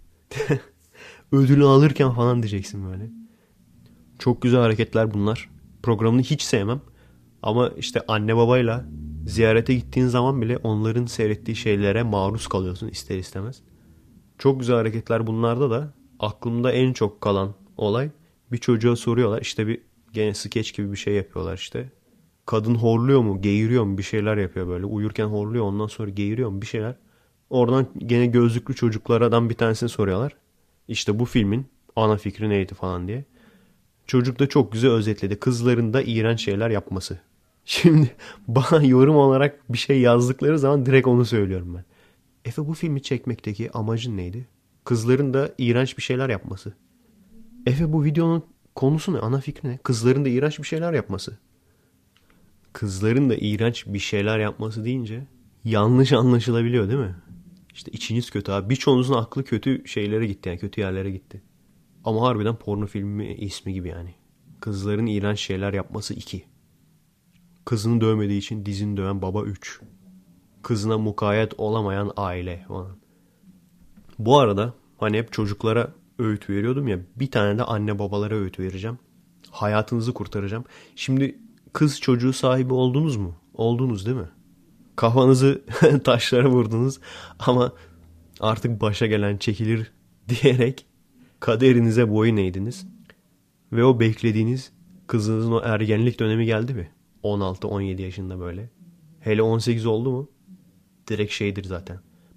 Ödülü alırken falan diyeceksin böyle. Çok güzel hareketler bunlar. Programını hiç sevmem. Ama işte anne babayla ziyarete gittiğin zaman bile onların seyrettiği şeylere maruz kalıyorsun ister istemez. Çok güzel hareketler bunlarda da aklımda en çok kalan olay, bir çocuğa soruyorlar. İşte bir gene skeç gibi bir şey yapıyorlar işte. Kadın horluyor mu, geğiriyor mu, bir şeyler yapıyor böyle. Uyurken horluyor, ondan sonra geğiriyor mu bir şeyler. Oradan gene gözlüklü çocuklardan bir tanesini soruyorlar. İşte bu filmin ana fikri neydi falan diye. Çocuk da çok güzel özetledi. Kızların da iğrenç şeyler yapması. Şimdi bana yorum olarak bir şey yazdıkları zaman direkt onu söylüyorum ben. Efe, bu filmi çekmekteki amacın neydi? Kızların da iğrenç bir şeyler yapması. Efe, bu videonun konusu ne? Ana fikri ne? Kızların da iğrenç bir şeyler yapması. Kızların da iğrenç bir şeyler yapması deyince yanlış anlaşılabiliyor değil mi? İşte içiniz kötü abi. Birçoğunuzun aklı kötü şeylere gitti yani, kötü yerlere gitti. Ama harbiden porno filmi ismi gibi yani. Kızların iğrenç şeyler yapması iki. Kızını dövmediği için dizini döven baba üç. Kızına mukayyet olamayan aile falan. Bu arada hani hep çocuklara öğüt veriyordum ya, bir tane de anne babalara öğüt vereceğim. Hayatınızı kurtaracağım. Şimdi kız çocuğu sahibi oldunuz mu? Oldunuz değil mi? Kafanızı taşlara vurdunuz ama artık başa gelen çekilir diyerek kaderinize boyun eğdiniz. Ve o beklediğiniz kızınızın o ergenlik dönemi geldi mi? on altı on yedi yaşında böyle. Hele on sekiz oldu mu? Direkt şeydir zaten.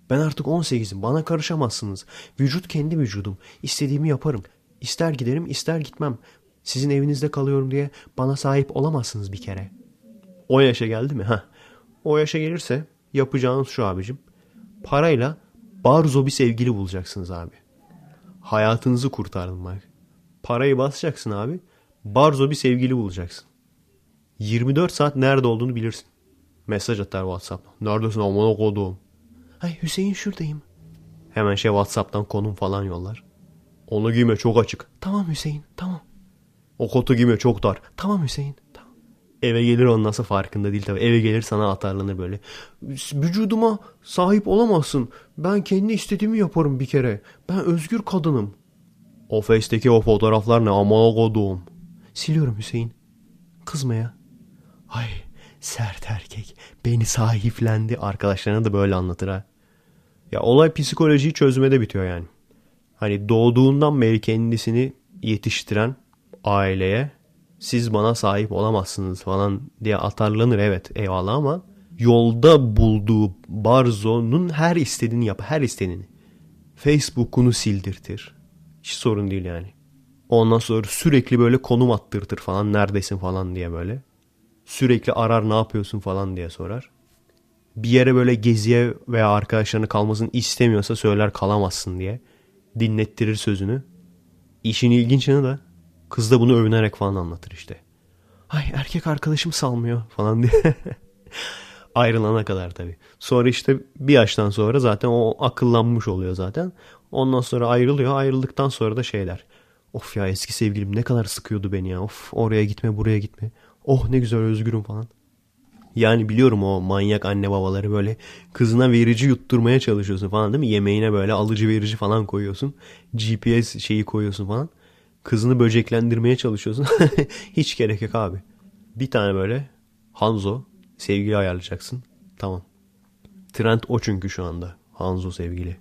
Ben artık on sekizim. Bana karışamazsınız. Vücut kendi vücudum. İstediğimi yaparım. İster giderim ister gitmem. Sizin evinizde kalıyorum diye bana sahip olamazsınız bir kere. O yaşa geldi mi? Heh. O yaşa gelirse yapacağınız şu abicim. Parayla barzo bir sevgili bulacaksınız abi. Hayatınızı kurtardım bak. Parayı basacaksın abi. Barzo bir sevgili bulacaksın. yirmi dört saat nerede olduğunu bilirsin. Mesaj atar WhatsApp'tan. Neredesin amına koduğum? Ay Hüseyin şuradayım. Hemen şey WhatsApp'tan konum falan yollar. Onu giyme çok açık. Tamam Hüseyin tamam. O kotu giyme çok dar. Tamam Hüseyin tamam. Eve gelir onun nasıl farkında değil tabii. Eve gelir sana atarlanır böyle. Vücuduma sahip olamazsın. Ben kendi istediğimi yaparım bir kere. Ben özgür kadınım. O Face'teki o fotoğraflar ne amına koduğum. Siliyorum Hüseyin. Kızma ya. Ay sert erkek. Beni sahiplendi. Arkadaşlarına da böyle anlatır ha. Ya olay psikolojiyi çözmede bitiyor yani. Hani doğduğundan beri kendisini yetiştiren aileye siz bana sahip olamazsınız falan diye atarlanır, evet eyvallah, ama yolda bulduğu barzonun her istediğini yap, her istediğini. Facebook'unu sildirtir. Hiç sorun değil yani. Ondan sonra sürekli böyle konum attırtır falan, neredesin falan diye böyle. Sürekli arar, ne yapıyorsun falan diye sorar. Bir yere böyle geziye veya arkadaşlarına kalmasını istemiyorsa söyler kalamazsın diye. Dinlettirir sözünü. İşin ilginç yanı da kız da bunu övünerek falan anlatır işte. Ay erkek arkadaşım salmıyor falan diye. Ayrılana kadar tabii. Sonra işte bir yaştan sonra zaten o akıllanmış oluyor zaten. Ondan sonra ayrılıyor. Ayrıldıktan sonra da şeyler. Of ya eski sevgilim ne kadar sıkıyordu beni ya. Of oraya gitme buraya gitme. Oh ne güzel özgürüm falan. Yani biliyorum o manyak anne babaları böyle kızına verici yutturmaya çalışıyorsun falan değil mi? Yemeğine böyle alıcı verici falan koyuyorsun. G P S şeyi koyuyorsun falan. Kızını böceklendirmeye çalışıyorsun. Hiç gerek yok abi. Bir tane böyle Hanzo sevgili ayarlayacaksın. Tamam. Trend o çünkü şu anda. Hanzo sevgili.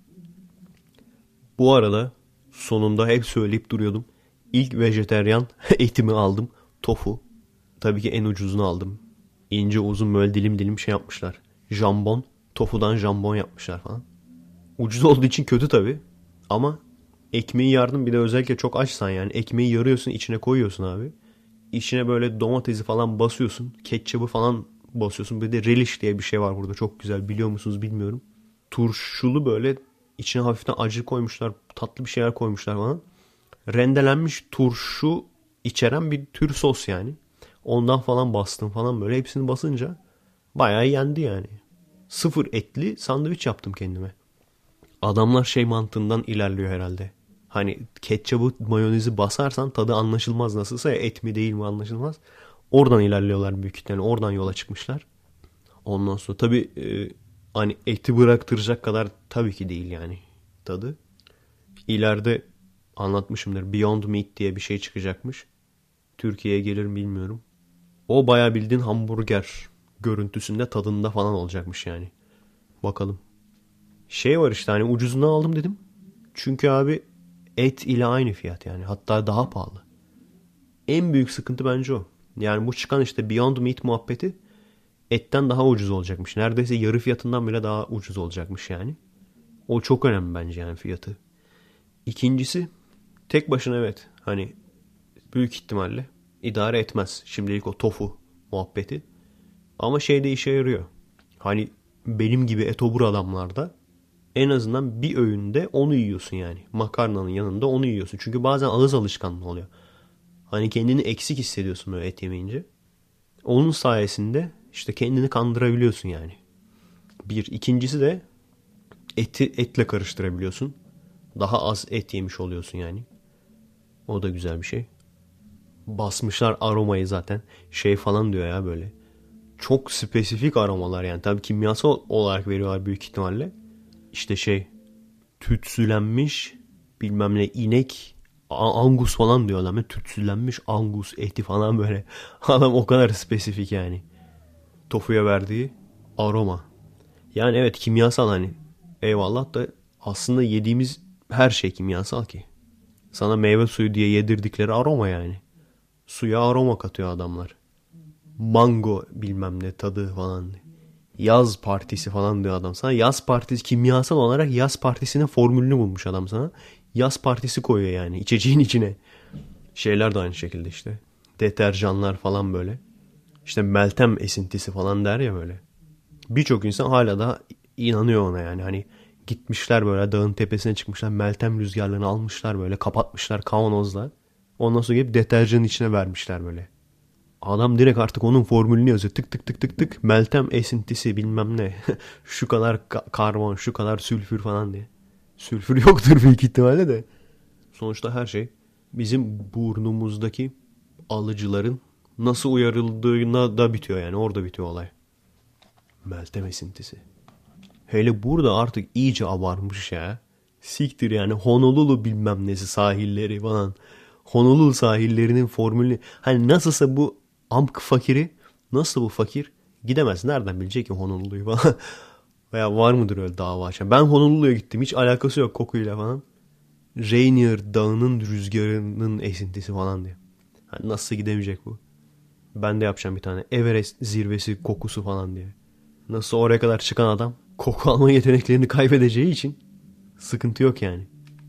Bu arada sonunda hep söyleyip duruyordum. İlk vejeteryan etimi aldım. Tofu. Tabii ki en ucuzunu aldım. İnce uzun böyle dilim dilim şey yapmışlar. Jambon. Tofudan jambon yapmışlar falan. Ucuz olduğu için kötü tabii. Ama ekmeği yardım, bir de özellikle çok açsan yani. Ekmeği yarıyorsun, içine koyuyorsun abi. İçine böyle domatesi falan basıyorsun. Ketçabı falan basıyorsun. Bir de relish diye bir şey var burada. Çok güzel, biliyor musunuz bilmiyorum. Turşulu böyle içine hafiften acı koymuşlar. Tatlı bir şeyler koymuşlar falan. Rendelenmiş turşu içeren bir tür sos yani. Ondan falan bastım falan böyle. Hepsini basınca bayağı yendi yani. Sıfır etli sandviç yaptım kendime. Adamlar şey mantığından ilerliyor herhalde. Hani ketçabı mayonezi basarsan tadı anlaşılmaz, nasılsa ya, et mi değil mi anlaşılmaz. Oradan ilerliyorlar büyük ihtimalle. Oradan yola çıkmışlar. Ondan sonra tabii e, hani eti bıraktıracak kadar tabii ki değil yani tadı. İleride anlatmışımdır. Beyond Meat diye bir şey çıkacakmış. Türkiye'ye gelir mi bilmiyorum. O bayağı bildiğin hamburger görüntüsünde, tadında falan olacakmış yani. Bakalım. Şey var işte, hani ucuzunu aldım dedim. Çünkü abi et ile aynı fiyat yani. Hatta daha pahalı. En büyük sıkıntı bence o. Yani bu çıkan işte Beyond Meat muhabbeti etten daha ucuz olacakmış. Neredeyse yarı fiyatından bile daha ucuz olacakmış yani. O çok önemli bence yani fiyatı. İkincisi tek başına evet hani büyük ihtimalle idare etmez şimdilik o tofu muhabbeti. Ama şey de işe yarıyor. Hani benim gibi etobur adamlarda en azından bir öğünde onu yiyorsun yani. Makarnanın yanında onu yiyorsun. Çünkü bazen ağız alışkanlığı oluyor. Hani kendini eksik hissediyorsun böyle et yemeyince. Onun sayesinde işte kendini kandırabiliyorsun yani. Bir. İkincisi de eti etle karıştırabiliyorsun. Daha az et yemiş oluyorsun yani. O da güzel bir şey. Basmışlar aromayı zaten. Şey falan diyor ya böyle. Çok spesifik aromalar yani. Tabii kimyasal olarak veriyorlar büyük ihtimalle. İşte şey tütsülenmiş bilmem ne inek angus falan diyorlar. Tütsülenmiş angus eti falan böyle. Adam o kadar spesifik yani. Tofuya verdiği aroma. Yani evet kimyasal hani. Eyvallah da aslında yediğimiz her şey kimyasal ki. Sana meyve suyu diye yedirdikleri aroma yani. Suya aroma katıyor adamlar. Mango bilmem ne tadı falan. Yaz partisi falan diyor adam sana. Yaz partisi, kimyasal olarak yaz partisinin formülünü bulmuş adam sana. Yaz partisi koyuyor yani içeceğin içine. Şeyler de aynı şekilde işte. Deterjanlar falan böyle. İşte Meltem esintisi falan der ya böyle. Birçok insan hala da inanıyor ona yani. Hani gitmişler böyle dağın tepesine çıkmışlar. Meltem rüzgarlarını almışlar böyle. Kapatmışlar kavanozla. Ondan sonra gelip deterjanın içine vermişler böyle. Adam direkt artık onun formülünü yazıyor. Tık tık tık tık tık. Meltem esintisi bilmem ne. Şu kadar ka- karbon, şu kadar sülfür falan diye. Sülfür yoktur büyük ihtimalle de. Sonuçta her şey bizim burnumuzdaki alıcıların nasıl uyarıldığına da bitiyor yani. Orada bitiyor olay. Meltem esintisi. Hele burada artık iyice abarmış ya. Siktir yani Honolulu bilmem nesi sahilleri falan. Honolulu sahillerinin formülü. Hani nasılsa bu amk fakiri, nasıl bu fakir gidemez. Nereden bilecek ki Honolulu'yu falan. Veya var mıdır öyle dava açan. Ben Honolulu'ya gittim. Hiç alakası yok kokuyla falan. Rainier dağının rüzgarının esintisi falan diye. Hani nasıl gidemeyecek bu? Ben de yapacağım bir tane. Everest zirvesi kokusu falan diye. Nasıl oraya kadar çıkan adam koku alma yeteneklerini kaybedeceği için sıkıntı yok yani.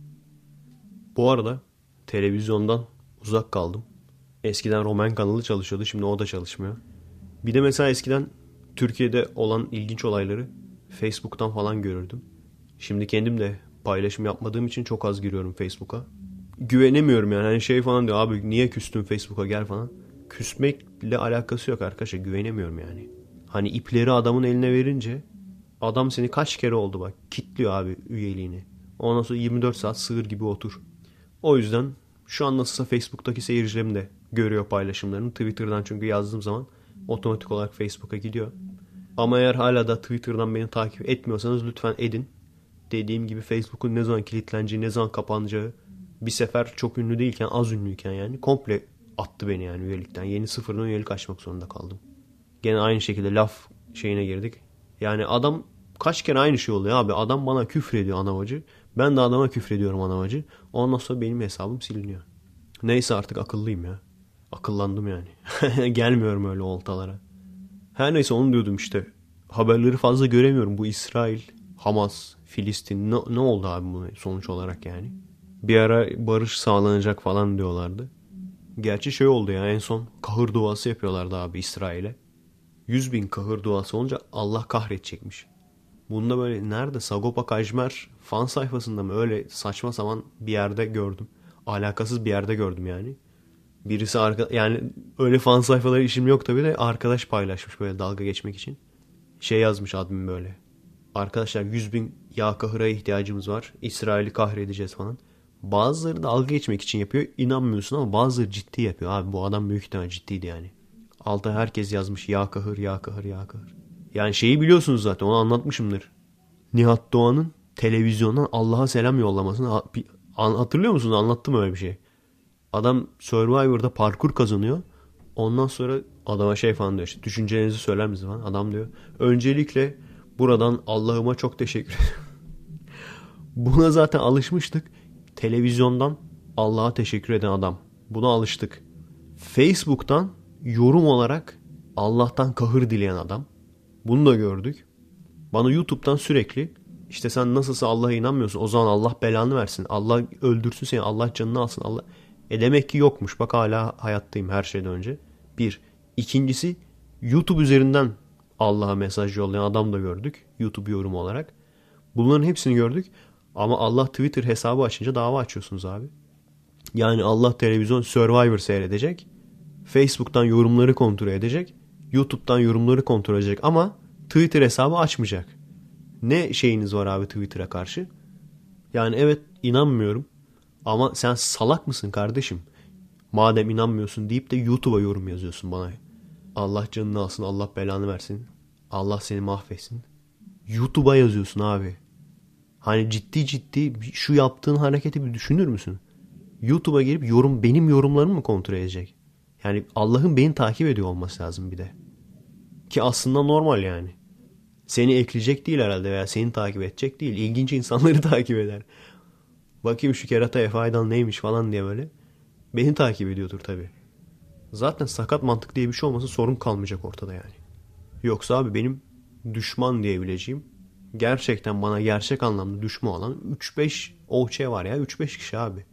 Bu arada televizyondan uzak kaldım. Eskiden Roman kanalı çalışıyordu. Şimdi o da çalışmıyor. Bir de mesela eskiden Türkiye'de olan ilginç olayları Facebook'tan falan görürdüm. Şimdi kendim de paylaşım yapmadığım için çok az giriyorum Facebook'a. Güvenemiyorum yani. Hani şey falan diyor abi niye küstün Facebook'a gel falan. Küsmekle alakası yok arkadaşlar. Güvenemiyorum yani. Hani ipleri adamın eline verince adam seni kaç kere oldu bak kitliyor abi üyeliğini. Ondan sonra yirmi dört saat sığır gibi otur. O yüzden şu an nasılsa Facebook'taki seyircilerim de görüyor paylaşımlarını. Twitter'dan çünkü yazdığım zaman otomatik olarak Facebook'a gidiyor. Ama eğer hala da Twitter'dan beni takip etmiyorsanız lütfen edin. Dediğim gibi Facebook'un ne zaman kilitleneceği, ne zaman kapanacağı bir sefer çok ünlü değilken, az ünlüyken yani komple attı beni yani üyelikten. Yeni sıfırdan üyelik açmak zorunda kaldım. Gene aynı şekilde laf şeyine girdik. Yani adam kaç kere aynı şey oluyor abi. Adam bana küfrediyor anavacı. Ben de adama küfrediyorum anavacı. Ondan sonra benim hesabım siliniyor. Neyse artık akıllıyım ya. Akıllandım yani. Gelmiyorum öyle oltalara. Her neyse onu diyordum işte. Haberleri fazla göremiyorum. Bu İsrail, Hamas, Filistin ne, ne oldu abi bu sonuç olarak yani. Bir ara barış sağlanacak falan diyorlardı. Gerçi şey oldu ya en son kahır duası yapıyorlardı abi İsrail'e. yüz bin kahır duası olunca Allah kahredecekmiş. Bunda böyle nerede Sagopa Kajmer fan sayfasında mı öyle saçma sapan bir yerde gördüm. Alakasız bir yerde gördüm yani. Birisi arka yani öyle fan sayfaları işim yok tabii de arkadaş paylaşmış böyle dalga geçmek için. Şey yazmış admin böyle. Arkadaşlar yüz bin yağ kahıra ihtiyacımız var. İsrail'i kahredeceğiz falan. Bazıları dalga geçmek için yapıyor. İnanmıyorsun ama bazıları ciddi yapıyor. Abi bu adam büyük ihtimalle ciddiydi yani. Altta herkes yazmış yağ kahır, yağ kahır, yağ kahır. Yani şeyi biliyorsunuz zaten onu anlatmışımdır. Nihat Doğan'ın televizyondan Allah'a selam yollamasını hatırlıyor musunuz? Anlattım öyle bir şey. Adam Survivor'da parkur kazanıyor. Ondan sonra adama şey falan diyor işte düşüncelerinizi söyler misiniz falan. Adam diyor öncelikle buradan Allah'ıma çok teşekkür ederim. Buna zaten alışmıştık. Televizyondan Allah'a teşekkür eden adam. Buna alıştık. Facebook'tan yorum olarak Allah'tan kahır dileyen adam. Bunu da gördük. Bana YouTube'dan sürekli işte sen nasılsa Allah'a inanmıyorsun. O zaman Allah belanı versin. Allah öldürsün seni. Allah canını alsın. Allah... E demek ki yokmuş. Bak hala hayattayım her şeyden önce. Bir. İkincisi YouTube üzerinden Allah'a mesaj yollayan adam da gördük. YouTube yorumu olarak. Bunların hepsini gördük. Ama Allah Twitter hesabı açınca dava açıyorsunuz abi. Yani Allah televizyon Survivor seyredecek. Facebook'tan yorumları kontrol edecek. YouTube'dan yorumları kontrol edecek. Ama Twitter hesabı açmayacak. Ne şeyiniz var abi Twitter'a karşı? Yani evet inanmıyorum. Ama sen salak mısın kardeşim? Madem inanmıyorsun deyip de YouTube'a yorum yazıyorsun bana. Allah canını alsın, Allah belanı versin. Allah seni mahvetsin. YouTube'a yazıyorsun abi. Hani ciddi ciddi şu yaptığın hareketi bir düşünür müsün? YouTube'a girip yorum benim yorumlarımı mı kontrol edecek? Yani Allah'ın beni takip ediyor olması lazım bir de. Ki aslında normal yani. Seni ekleyecek değil herhalde veya seni takip edecek değil. İlginç insanları takip eder. Bakayım şu kerata Efe Aydan neymiş falan diye böyle. Beni takip ediyordur tabii. Zaten sakat mantık diye bir şey olmasa sorun kalmayacak ortada yani. Yoksa abi benim düşman diyebileceğim, gerçekten bana gerçek anlamda düşman olan üç beş ohçe var ya. üç beş kişi abi.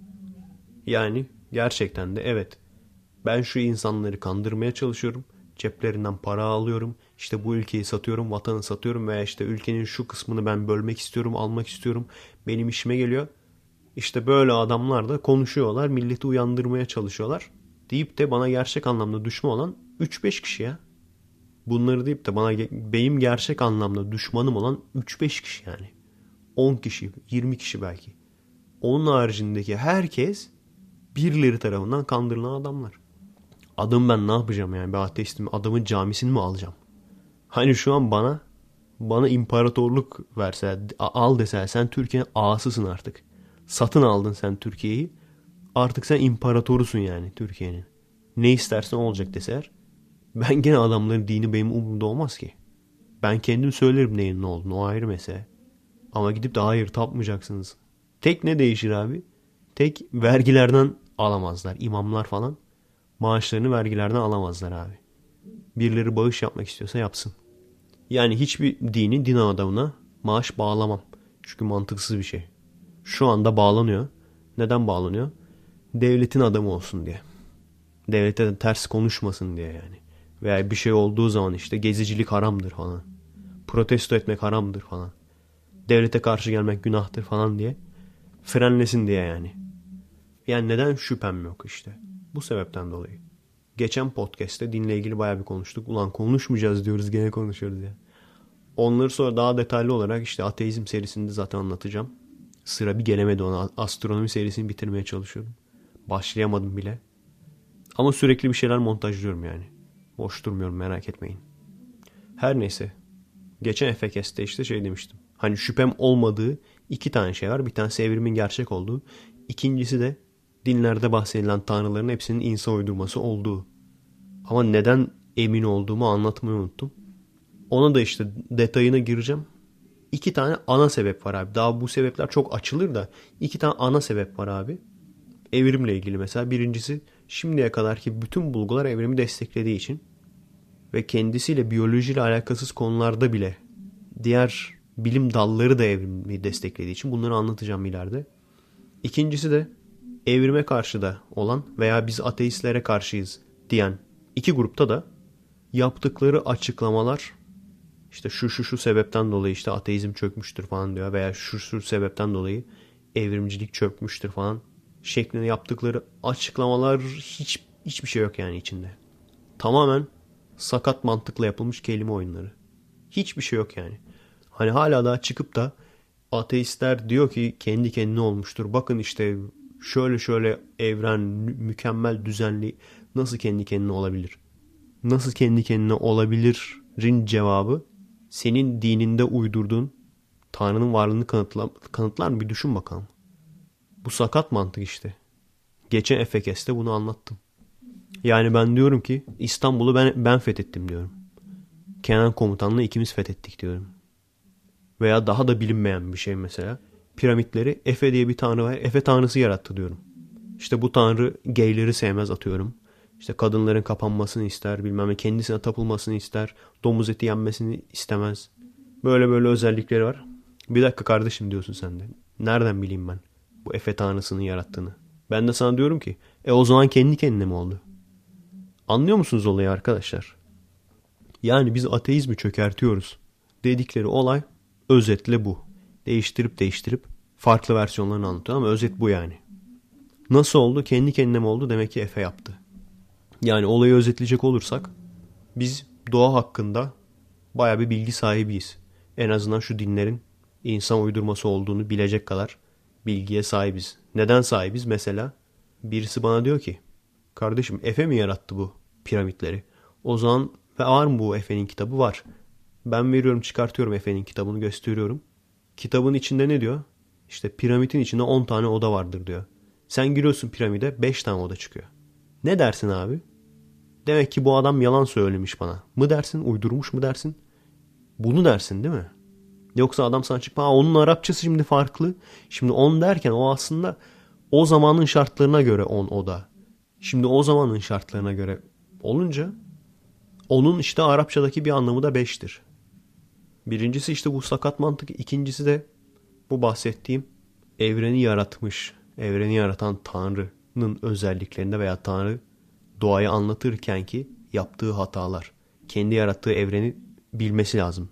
Yani gerçekten de evet. Ben şu insanları kandırmaya çalışıyorum. Ceplerinden para alıyorum. İşte bu ülkeyi satıyorum, vatanı satıyorum veya işte ülkenin şu kısmını ben bölmek istiyorum, almak istiyorum. Benim işime geliyor. İşte böyle adamlar da konuşuyorlar, milleti uyandırmaya çalışıyorlar. Deyip de bana gerçek anlamda düşman olan üç beş kişi ya. Bunları deyip de bana benim gerçek anlamda düşmanım olan üç beş kişi yani. on kişi, yirmi kişi belki. Onun haricindeki herkes birileri tarafından kandırılan adamlar. Adamı ben ne yapacağım yani? Bir ateistim. Adamın camisini mi alacağım? Hani şu an bana bana imparatorluk verse, al dese, sen Türkiye'nin ağasısın artık. Satın aldın sen Türkiye'yi. Artık sen imparatorusun yani Türkiye'nin. Ne istersen olacak deseler. Ben gene adamların dini benim umurumda olmaz ki. Ben kendim söylerim neyin ne olduğunu. O ayrı mesele. Ama gidip de hayır tapmayacaksınız. Tek ne değişir abi? Tek vergilerden alamazlar. İmamlar falan maaşlarını vergilerden alamazlar abi. Birileri bağış yapmak istiyorsa yapsın. Yani hiçbir dini din adamına maaş bağlamam. Çünkü mantıksız bir şey. Şu anda bağlanıyor. Neden bağlanıyor? Devletin adamı olsun diye. Devlete de ters konuşmasın diye yani. Veya bir şey olduğu zaman işte gezicilik haramdır falan. Protesto etmek haramdır falan. Devlete karşı gelmek günahtır falan diye. Frenlesin diye yani. Yani neden şüphem yok işte. Bu sebepten dolayı. Geçen podcast'te dinle ilgili bayağı bir konuştuk. Ulan konuşmayacağız diyoruz, gene konuşuyoruz ya. Onları sonra daha detaylı olarak işte ateizm serisinde zaten anlatacağım. Sıra bir gelemedi ona. Astronomi serisini bitirmeye çalışıyorum. Başlayamadım bile. Ama sürekli bir şeyler montajlıyorum yani. Boş durmuyorum, merak etmeyin. Her neyse. Geçen F K S'te işte şey demiştim. Hani şüphem olmadığı iki tane şey var. Bir tanesi evrimin gerçek olduğu. İkincisi de dinlerde bahsedilen tanrıların hepsinin insan uydurması olduğu. Ama neden emin olduğumu anlatmayı unuttum. Ona da işte detayına gireceğim. İki tane ana sebep var abi. Daha bu sebepler çok açılır da iki tane ana sebep var abi. Evrimle ilgili mesela. Birincisi, şimdiye kadarki bütün bulgular evrimi desteklediği için ve kendisiyle biyolojiyle alakasız konularda bile diğer bilim dalları da evrimi desteklediği için bunları anlatacağım ileride. İkincisi de evrime karşı da olan veya biz ateistlere karşıyız diyen iki grupta da yaptıkları açıklamalar işte şu şu şu sebepten dolayı işte ateizm çökmüştür falan diyor veya şu şu sebepten dolayı evrimcilik çökmüştür falan şeklinde yaptıkları açıklamalar hiç hiçbir şey yok yani içinde. Tamamen sakat mantıkla yapılmış kelime oyunları. Hiçbir şey yok yani. Hani hala daha çıkıp da ateistler diyor ki kendi kendine olmuştur. Bakın işte şöyle şöyle evren mükemmel düzenli nasıl kendi kendine olabilir? Nasıl kendi kendine olabilirin cevabı senin dininde uydurduğun Tanrı'nın varlığını kanıtlar, kanıtlar mı? Bir düşün bakalım. Bu sakat mantık işte. Geçen F K S'te bunu anlattım. Yani ben diyorum ki İstanbul'u ben, ben fethettim diyorum. Kenan Komutan'la ikimiz fethettik diyorum. Veya daha da bilinmeyen bir şey mesela. Piramitleri Efe diye bir tanrı var. Efe tanrısı yarattı diyorum. İşte bu tanrı gayleri sevmez atıyorum. İşte kadınların kapanmasını ister, bilmem ne, kendisine tapılmasını ister, domuz eti yenmesini istemez. Böyle böyle özellikleri var. Bir dakika kardeşim diyorsun sen de. Nereden bileyim ben bu Efe tanrısının yarattığını? Ben de sana diyorum ki, e o zaman kendi kendine mi oldu? Anlıyor musunuz olayı arkadaşlar? Yani biz ateizmi çökertiyoruz dedikleri olay özetle bu. Değiştirip değiştirip farklı versiyonlarını anlatıyor ama özet bu yani. Nasıl oldu? Kendi kendine mi oldu? Demek ki Efe yaptı. Yani olayı özetleyecek olursak biz doğa hakkında bayağı bir bilgi sahibiyiz. En azından şu dinlerin insan uydurması olduğunu bilecek kadar bilgiye sahibiz. Neden sahibiz? Mesela birisi bana diyor ki kardeşim Efe mi yarattı bu piramitleri? O zaman ve var mı bu Efe'nin kitabı? Var. Ben veriyorum, çıkartıyorum Efe'nin kitabını, gösteriyorum. Kitabın içinde ne diyor? İşte piramidin içinde on tane oda vardır diyor. Sen giriyorsun piramide beş tane oda çıkıyor. Ne dersin abi? Demek ki bu adam yalan söylemiş bana. Mı dersin? Uydurmuş mu dersin? Bunu dersin değil mi? Yoksa adam sana çıkıp onun Arapçası şimdi farklı. Şimdi on derken o aslında o zamanın şartlarına göre on oda. Şimdi o zamanın şartlarına göre olunca onun işte Arapçadaki bir anlamı da beştir. Birincisi işte bu sakat mantık. İkincisi de bu bahsettiğim evreni yaratmış, evreni yaratan Tanrı'nın özelliklerinde veya Tanrı doğayı anlatırken ki yaptığı hatalar. Kendi yarattığı evreni bilmesi lazım.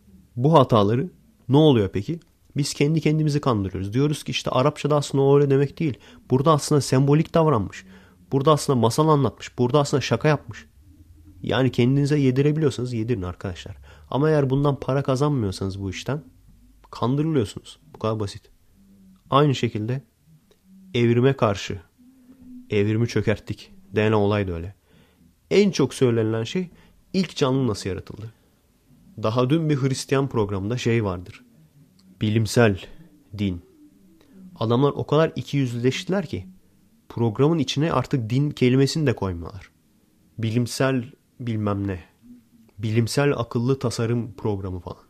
Bu hataları ne oluyor peki? Biz kendi kendimizi kandırıyoruz. Diyoruz ki işte Arapçada aslında o öyle demek değil. Burada aslında sembolik davranmış. Burada aslında masal anlatmış. Burada aslında şaka yapmış. Yani kendinize yedirebiliyorsanız yedirin arkadaşlar. Ama eğer bundan para kazanmıyorsanız bu işten kandırılıyorsunuz. Bu kadar basit. Aynı şekilde evrime karşı evrimi çökerttik denen olay da öyle. En çok söylenilen şey ilk canlı nasıl yaratıldı? Daha dün bir Hristiyan programında şey vardır. Bilimsel din. Adamlar o kadar ikiyüzlüleştiler ki programın içine artık din kelimesini de koymuyorlar. Bilimsel bilmem ne. Bilimsel akıllı tasarım programı falan.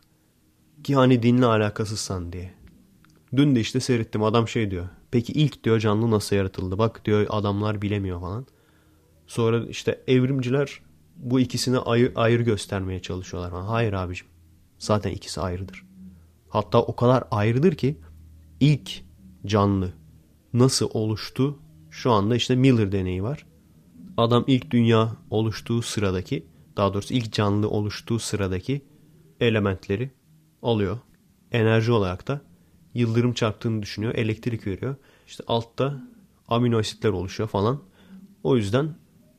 Ki hani dinle alakasızsan diye. Dün de işte seyrettim, adam şey diyor. Peki ilk diyor canlı nasıl yaratıldı? Bak diyor adamlar bilemiyor falan. Sonra işte evrimciler bu ikisini ayrı, ayrı göstermeye çalışıyorlar. Hayır abicim. Zaten ikisi ayrıdır. Hatta o kadar ayrıdır ki ilk canlı nasıl oluştu? Şu anda işte Miller deneyi var. Adam ilk dünya oluştuğu sıradaki, daha doğrusu ilk canlı oluştuğu sıradaki elementleri alıyor. Enerji olarak da yıldırım çarptığını düşünüyor. Elektrik veriyor. İşte altta amino asitler oluşuyor falan. O yüzden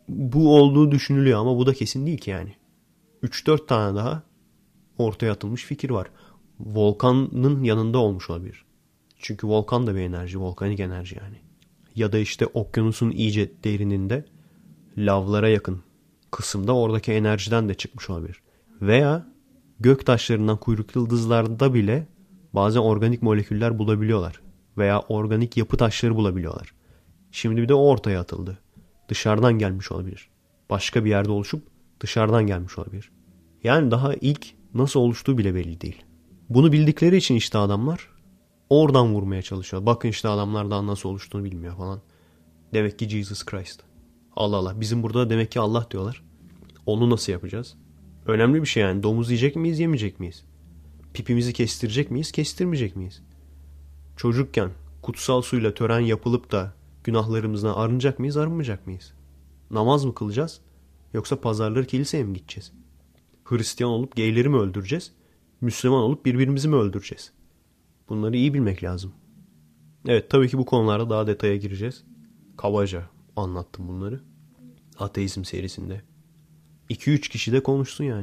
bu olduğu düşünülüyor ama bu da kesin değil ki yani. üç dört tane daha ortaya atılmış fikir var. Volkanın yanında olmuş olabilir. Çünkü volkan da bir enerji. Volkanik enerji yani. Ya da işte okyanusun iyice derininde lavlara yakın kısımda oradaki enerjiden de çıkmış olabilir. Veya gök taşlarından kuyruklu yıldızlarda bile bazen organik moleküller bulabiliyorlar. Veya organik yapı taşları bulabiliyorlar. Şimdi bir de o ortaya atıldı. Dışarıdan gelmiş olabilir. Başka bir yerde oluşup dışarıdan gelmiş olabilir. Yani daha ilk nasıl oluştuğu bile belli değil. Bunu bildikleri için işte adamlar oradan vurmaya çalışıyor. Bakın işte adamlar daha nasıl oluştuğunu bilmiyor falan. Demek ki Jesus Christ. Allah Allah. Bizim burada demek ki Allah diyorlar. Onu nasıl yapacağız? Önemli bir şey yani. Domuz yiyecek miyiz, yemeyecek miyiz? Pipimizi kestirecek miyiz, kestirmeyecek miyiz? Çocukken kutsal suyla tören yapılıp da günahlarımızdan arınacak mıyız, arınmayacak mıyız? Namaz mı kılacağız? Yoksa pazarları kiliseye mi gideceğiz? Hristiyan olup geyleri mi öldüreceğiz? Müslüman olup birbirimizi mi öldüreceğiz? Bunları iyi bilmek lazım. Evet, tabii ki bu konularda daha detaya gireceğiz. Kabaca anlattım bunları. Ateizm serisinde. iki üç kişi de konuşsun yani.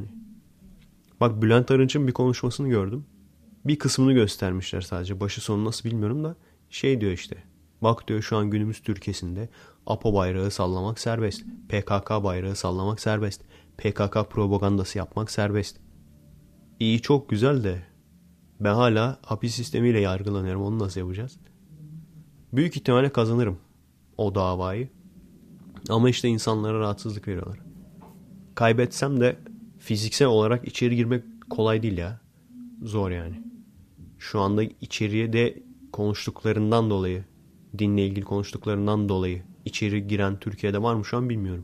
Bak Bülent Arınç'ın bir konuşmasını gördüm. Bir kısmını göstermişler sadece. Başı sonu nasıl bilmiyorum da şey diyor işte. Bak diyor şu an günümüz Türkiye'sinde APO bayrağı sallamak serbest. P K K bayrağı sallamak serbest. P K K propagandası yapmak serbest. İyi çok güzel de ben hala hapis sistemiyle yargılanıyorum. Onu nasıl yapacağız? Büyük ihtimalle kazanırım o davayı. Ama işte insanlara rahatsızlık veriyorlar. Kaybetsem de fiziksel olarak içeri girmek kolay değil ya. Zor yani. Şu anda içeriye de konuştuklarından dolayı, dinle ilgili konuştuklarından dolayı içeri giren Türkiye'de var mı şu an bilmiyorum.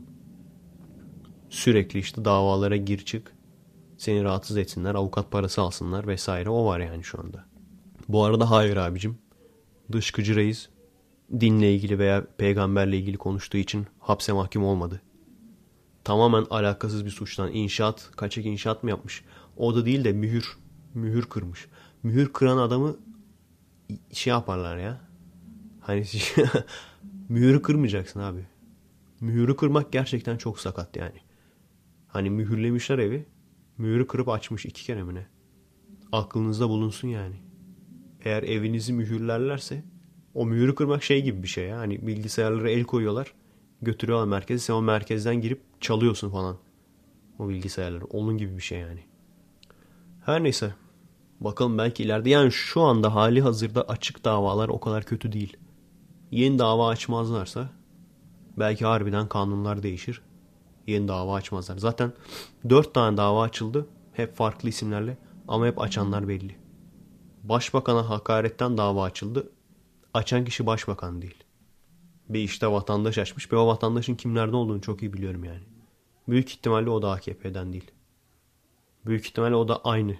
Sürekli işte davalara gir çık. Seni rahatsız etsinler, avukat parası alsınlar vesaire. O var yani şu anda. Bu arada hayır abicim. Dışkıcı reis dinle ilgili veya peygamberle ilgili konuştuğu için hapse mahkum olmadı. Tamamen alakasız bir suçtan inşaat, kaçak inşaat mı yapmış? O da değil de mühür. Mühür kırmış. Mühür kıran adamı şey yaparlar ya. Hani mühürü kırmayacaksın abi. Mühürü kırmak gerçekten çok sakat yani. Hani mühürlemişler evi. Mühürü kırıp açmış iki kere mi ne? Aklınızda bulunsun yani. Eğer evinizi mühürlerlerse o mühürü kırmak şey gibi bir şey ya. Hani bilgisayarlara el koyuyorlar. Götürüyorlar merkeze. Sen o merkezden girip çalıyorsun falan. O bilgisayarları. Onun gibi bir şey yani. Her neyse. Bakalım belki ileride. Yani şu anda hali hazırda açık davalar o kadar kötü değil. Yeni dava açmazlarsa belki harbiden kanunlar değişir. Yeni dava açmazlar. Zaten dört tane dava açıldı. Hep farklı isimlerle. Ama hep açanlar belli. Başbakana hakaretten dava açıldı. Açan kişi başbakan değil. Bir işte vatandaş açmış. Ve o vatandaşın kimlerden olduğunu çok iyi biliyorum yani. Büyük ihtimalle o da A K P'den değil. Büyük ihtimalle o da aynı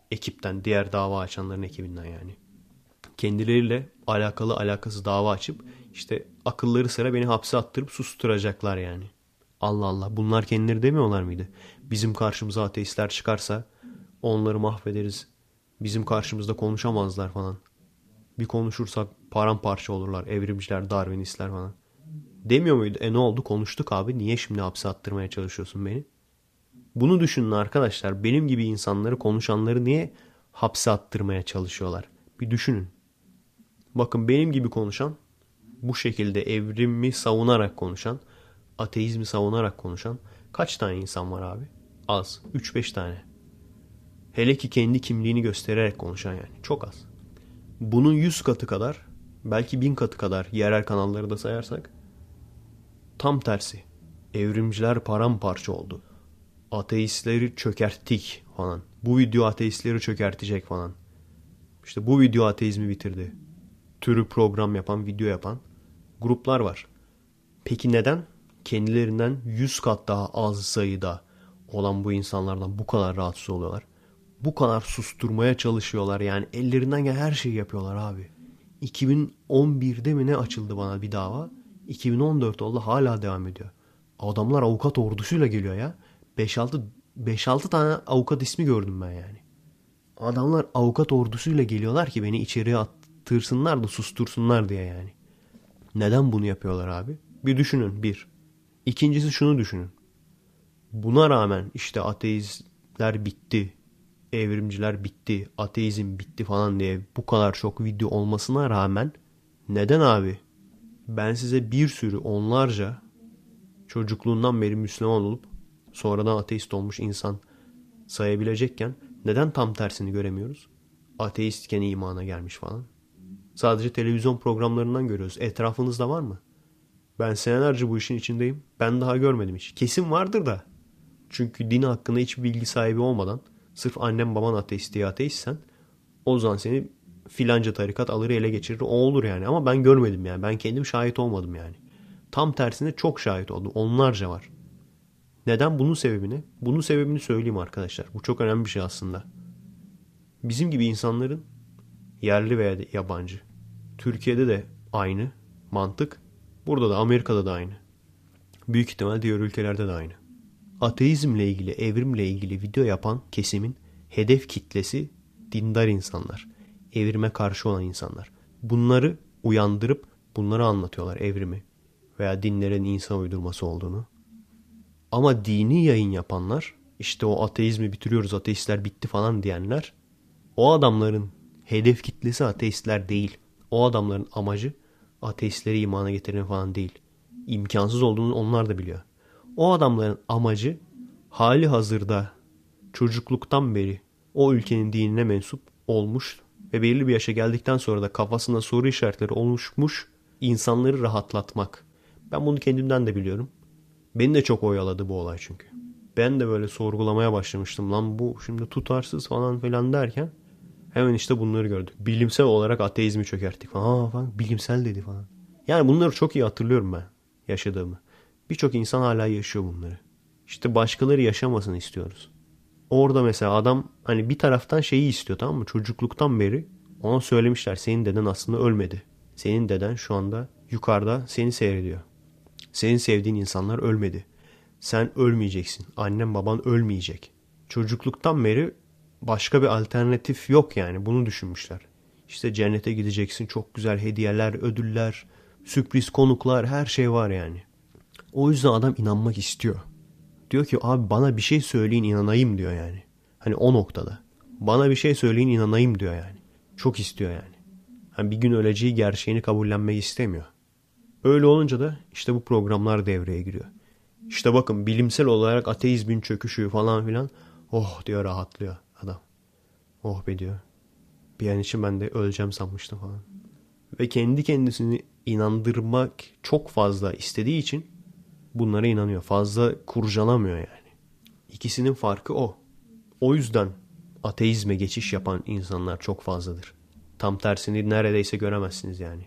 ekipten, diğer dava açanların ekibinden yani. Kendileriyle alakalı alakasız dava açıp işte akılları sıra beni hapse attırıp susturacaklar yani. Allah Allah, bunlar kendileri demiyorlar mıydı? Bizim karşımıza ateistler çıkarsa onları mahvederiz. Bizim karşımızda konuşamazlar falan. Bir konuşursak paramparça olurlar. Evrimciler, Darwinistler falan. Demiyor muydu? E ne oldu? Konuştuk abi. Niye şimdi hapse attırmaya çalışıyorsun beni? Bunu düşünün arkadaşlar. Benim gibi insanları, konuşanları niye hapse attırmaya çalışıyorlar? Bir düşünün. Bakın, benim gibi konuşan, bu şekilde evrimi savunarak konuşan, ateizmi savunarak konuşan kaç tane insan var abi? Az. üç beş tane. Hele ki kendi kimliğini göstererek konuşan yani. Çok az. Bunun yüz katı kadar, belki bin katı kadar yerel kanalları da sayarsak tam tersi. Evrimciler paramparça oldu. Ateistleri çökerttik falan. Bu video ateistleri çökertecek falan. İşte bu video ateizmi bitirdi. Türü program yapan, video yapan gruplar var. Peki neden? Kendilerinden yüz kat daha az sayıda olan bu insanlardan bu kadar rahatsız oluyorlar. Bu kadar susturmaya çalışıyorlar yani. Ellerinden gelen her şeyi yapıyorlar abi. iki bin on birde mi ne açıldı bana bir dava? iki bin on dört oldu, hala devam ediyor. Adamlar avukat ordusuyla geliyor ya. beş altı tane avukat ismi gördüm ben yani. Adamlar avukat ordusuyla geliyorlar ki beni içeriye attırsınlar da sustursunlar diye yani. Neden bunu yapıyorlar abi? Bir düşünün, bir. İkincisi şunu düşünün. Buna rağmen işte ateistler bitti, evrimciler bitti, ateizm bitti falan diye bu kadar çok video olmasına rağmen neden abi? Ben size bir sürü, onlarca çocukluğundan beri Müslüman olup sonradan ateist olmuş insan sayabilecekken neden tam tersini göremiyoruz? Ateistken imana gelmiş falan. Sadece televizyon programlarından görüyoruz. Etrafınızda var mı? Ben senelerce bu işin içindeyim. Ben daha görmedim hiç. Kesin vardır da. Çünkü din hakkında hiçbir bilgi sahibi olmadan sırf annem baban ateist diye ateistsen o zaman seni filanca tarikat alır ele geçirir. O olur yani. Ama ben görmedim yani. Ben kendim şahit olmadım yani. Tam tersine çok şahit oldum. Onlarca var. Neden? Bunun sebebini? Bunun sebebini söyleyeyim arkadaşlar. Bu çok önemli bir şey aslında. Bizim gibi insanların, yerli veya yabancı, Türkiye'de de aynı mantık. Burada da, Amerika'da da aynı. Büyük ihtimal diğer ülkelerde de aynı. Ateizmle ilgili, evrimle ilgili video yapan kesimin hedef kitlesi dindar insanlar. Evrime karşı olan insanlar. Bunları uyandırıp bunları anlatıyorlar, evrimi veya dinlerin insan uydurması olduğunu. Ama dini yayın yapanlar, işte o ateizmi bitiriyoruz, ateistler bitti falan diyenler, o adamların hedef kitlesi ateistler değil. O adamların amacı ateistleri imana getirmek falan değil. İmkansız olduğunu onlar da biliyor. O adamların amacı hali hazırda çocukluktan beri o ülkenin dinine mensup olmuş ve belirli bir yaşa geldikten sonra da kafasında soru işaretleri oluşmuş insanları rahatlatmak. Ben bunu kendimden de biliyorum. Beni de çok oyaladı bu olay çünkü. Ben de böyle sorgulamaya başlamıştım. Lan bu şimdi tutarsız falan filan derken hemen işte bunları gördük. Bilimsel olarak ateizmi çökerttik falan. Aa, falan bilimsel dedi falan. Yani bunları çok iyi hatırlıyorum ben yaşadığımı. Birçok insan hala yaşıyor bunları. İşte başkaları yaşamasını istiyoruz. Orada mesela adam hani bir taraftan şeyi istiyor, tamam mı? Çocukluktan beri ona söylemişler, senin deden aslında ölmedi. Senin deden şu anda yukarıda seni seyrediyor. Senin sevdiğin insanlar ölmedi. Sen ölmeyeceksin. Annen baban ölmeyecek. Çocukluktan beri başka bir alternatif yok yani. Bunu düşünmüşler. İşte cennete gideceksin. Çok güzel hediyeler, ödüller, sürpriz konuklar, her şey var yani. O yüzden adam inanmak istiyor. Diyor ki abi bana bir şey söyleyin inanayım diyor yani. Hani o noktada. Bana bir şey söyleyin inanayım diyor yani. Çok istiyor yani. Hani bir gün öleceği gerçeğini kabullenmek istemiyor. Öyle olunca da işte bu programlar devreye giriyor. İşte bakın, bilimsel olarak ateizmin çöküşü falan filan. Oh diyor, rahatlıyor adam. Oh be diyor. Bir an için ben de öleceğim sanmıştım falan. Ve kendi kendisini inandırmak çok fazla istediği için bunlara inanıyor. Fazla kurcalamıyor yani. İkisinin farkı o. O yüzden ateizme geçiş yapan insanlar çok fazladır. Tam tersini neredeyse göremezsiniz yani.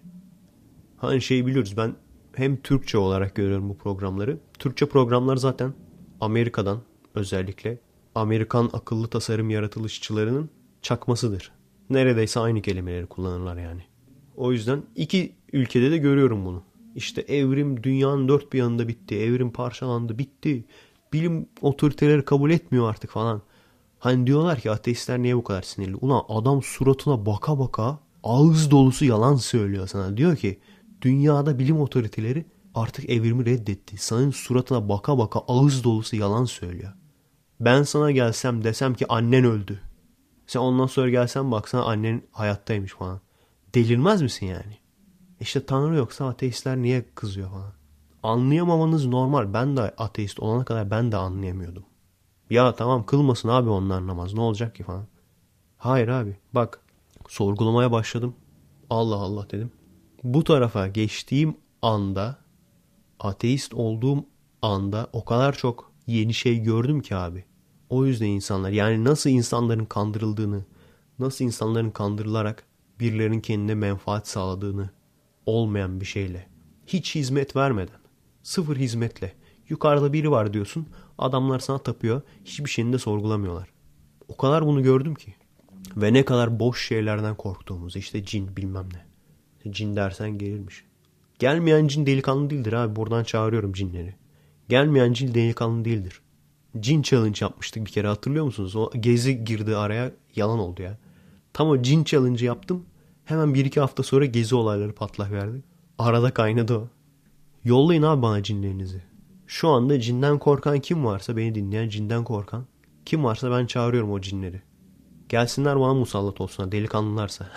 Hani şeyi biliyoruz, ben hem Türkçe olarak görüyorum bu programları. Türkçe programlar zaten Amerika'dan, özellikle Amerikan akıllı tasarım yaratılışçılarının çakmasıdır. Neredeyse aynı kelimeleri kullanırlar yani. O yüzden iki ülkede de görüyorum bunu. İşte evrim dünyanın dört bir yanında bitti. Evrim parçalandı, bitti. Bilim otoriteleri kabul etmiyor artık falan. Hani diyorlar ki ateistler niye bu kadar sinirli? Ulan adam suratına baka baka ağız dolusu yalan söylüyor sana. Diyor ki dünyada bilim otoriteleri artık evrimi reddetti. Senin suratına baka baka ağız dolusu yalan söylüyor. Ben sana gelsem desem ki annen öldü. Sen ondan sonra gelsen baksana annen hayattaymış falan. Delirmez misin yani? İşte Tanrı yoksa ateistler niye kızıyor falan. Anlayamamanız normal. Ben de ateist olana kadar ben de anlayamıyordum. Ya tamam kılmasın abi onlar namaz. Ne olacak ki falan. Hayır abi bak sorgulamaya başladım. Allah Allah dedim. Bu tarafa geçtiğim anda ateist olduğum anda o kadar çok yeni şey gördüm ki abi. O yüzden insanlar yani nasıl insanların kandırıldığını, nasıl insanların kandırılarak birilerinin kendine menfaat sağladığını olmayan bir şeyle, hiç hizmet vermeden, sıfır hizmetle, yukarıda biri var diyorsun, adamlar sana tapıyor, hiçbir şeyini de sorgulamıyorlar. O kadar bunu gördüm ki. Ve ne kadar boş şeylerden korktuğumuzu, işte cin bilmem ne. Cin dersen gelirmiş. Gelmeyen cin delikanlı değildir abi, buradan çağırıyorum cinleri. Gelmeyen cin delikanlı değildir. Cin challenge yapmıştık bir kere hatırlıyor musunuz? O gezi girdi araya yalan oldu ya. Tam o cin challenge yaptım. Hemen bir iki hafta sonra gezi olayları patlak verdi. Arada kaynadı o. Yollayın abi bana cinlerinizi. Şu anda cinden korkan kim varsa beni dinleyen cinden korkan. Kim varsa ben çağırıyorum o cinleri. Gelsinler bana musallat olsunlar delikanlılarsa.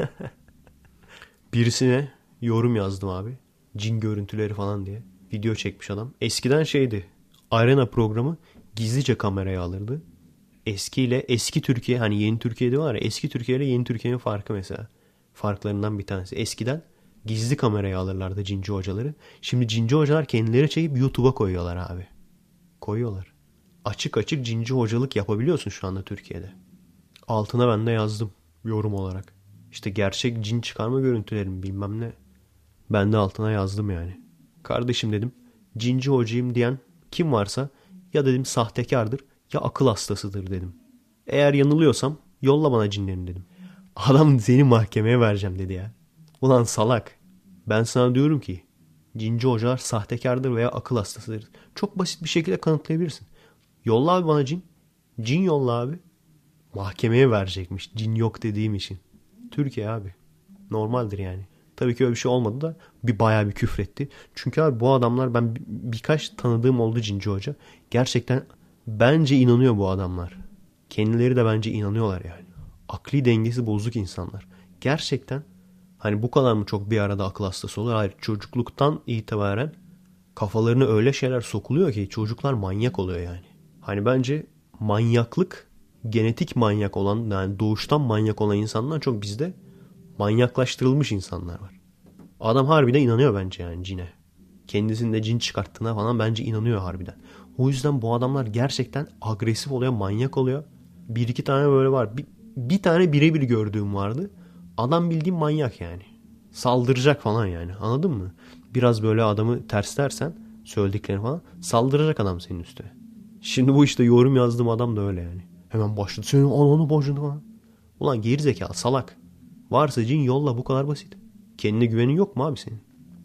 Birisine yorum yazdım abi. Cin görüntüleri falan diye. Video çekmiş adam. Eskiden şeydi. Arena programı gizlice kameraya alırdı. Eskiyle eski Türkiye hani yeni Türkiye'de var ya eski Türkiye ile yeni Türkiye'nin farkı mesela. Farklarından bir tanesi. Eskiden gizli kameraya alırlardı cinci hocaları. Şimdi cinci hocalar kendileri çekip YouTube'a koyuyorlar abi. Koyuyorlar. Açık açık cinci hocalık yapabiliyorsun şu anda Türkiye'de. Altına ben de yazdım yorum olarak. İşte gerçek cin çıkarma görüntülerim bilmem ne. Ben de altına yazdım yani. Kardeşim dedim cinci hocayım diyen kim varsa ya dedim sahtekardır ya akıl hastasıdır dedim. Eğer yanılıyorsam yolla bana cinlerini dedim. Adam seni mahkemeye vereceğim dedi ya. Ulan salak. Ben sana diyorum ki cinci hocalar sahtekardır veya akıl hastasıdır. Çok basit bir şekilde kanıtlayabilirsin. Yolla abi bana cin. Cin yolla abi. Mahkemeye verecekmiş cin yok dediğim için. Türkiye abi. Normaldir yani. Tabii ki öyle bir şey olmadı da bir bayağı bir küfretti. Çünkü abi bu adamlar ben birkaç tanıdığım oldu cinci hoca. Gerçekten bence inanıyor bu adamlar. Kendileri de bence inanıyorlar yani. Akli dengesi bozuk insanlar. Gerçekten hani bu kadar mı çok bir arada akıl hastası olur? Hayır çocukluktan itibaren kafalarına öyle şeyler sokuluyor ki çocuklar manyak oluyor yani. Hani bence manyaklık genetik manyak olan yani doğuştan manyak olan insanlar çok bizde manyaklaştırılmış insanlar var. Adam harbiden inanıyor bence yani cine. Kendisinde cin çıkarttığına falan bence inanıyor harbiden. O yüzden bu adamlar gerçekten agresif oluyor, manyak oluyor. Bir iki tane böyle var. Bir, bir tane birebir gördüğüm vardı. Adam bildiğin manyak yani. Saldıracak falan yani. Anladın mı? Biraz böyle adamı terslersen söylediklerini falan saldıracak adam senin üstüne. Şimdi bu işte yorum yazdığım adam da öyle yani. Hemen başladı. Senin ananı bacını falan. Ulan gerizekalı salak. Varsa cin yolla bu kadar basit. Kendine güvenin yok mu abi senin?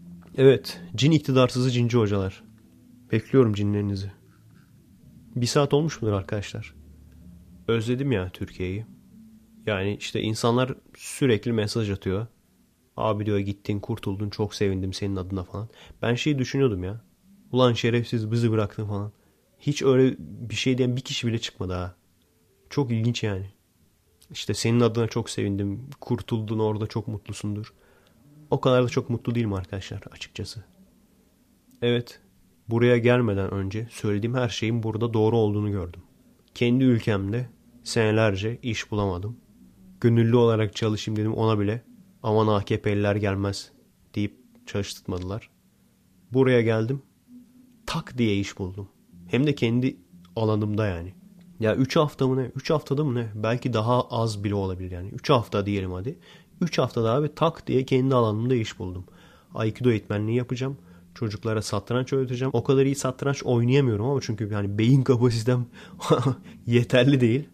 Evet. Cin iktidarsızı cinci hocalar. Bekliyorum cinlerinizi. Bir saat olmuş mudur arkadaşlar? Özledim ya Türkiye'yi. Yani işte insanlar sürekli mesaj atıyor. Abi diyor gittin kurtuldun çok sevindim senin adına falan. Ben şey düşünüyordum ya. Ulan şerefsiz bizi bıraktın falan. Hiç öyle bir şey diyen bir kişi bile çıkmadı ha. Çok ilginç yani. İşte senin adına çok sevindim. Kurtuldun orada çok mutlusundur. O kadar da çok mutlu değilim arkadaşlar açıkçası. Evet. Buraya gelmeden önce söylediğim her şeyin burada doğru olduğunu gördüm. Kendi ülkemde senelerce iş bulamadım. Gönüllü olarak çalışayım dedim ona bile aman A K P'liler gelmez deyip çalıştırmadılar. Buraya geldim. Tak diye iş buldum. Hem de kendi alanımda yani. Ya üç hafta mı ne? üç haftada mı ne? Belki daha az bile olabilir yani. üç hafta diyelim hadi. üç haftada abi tak diye kendi alanımda iş buldum. Aikido eğitmenliği yapacağım. Çocuklara satranç öğreteceğim. O kadar iyi satranç oynayamıyorum ama çünkü yani beyin kapasitem yeterli değil.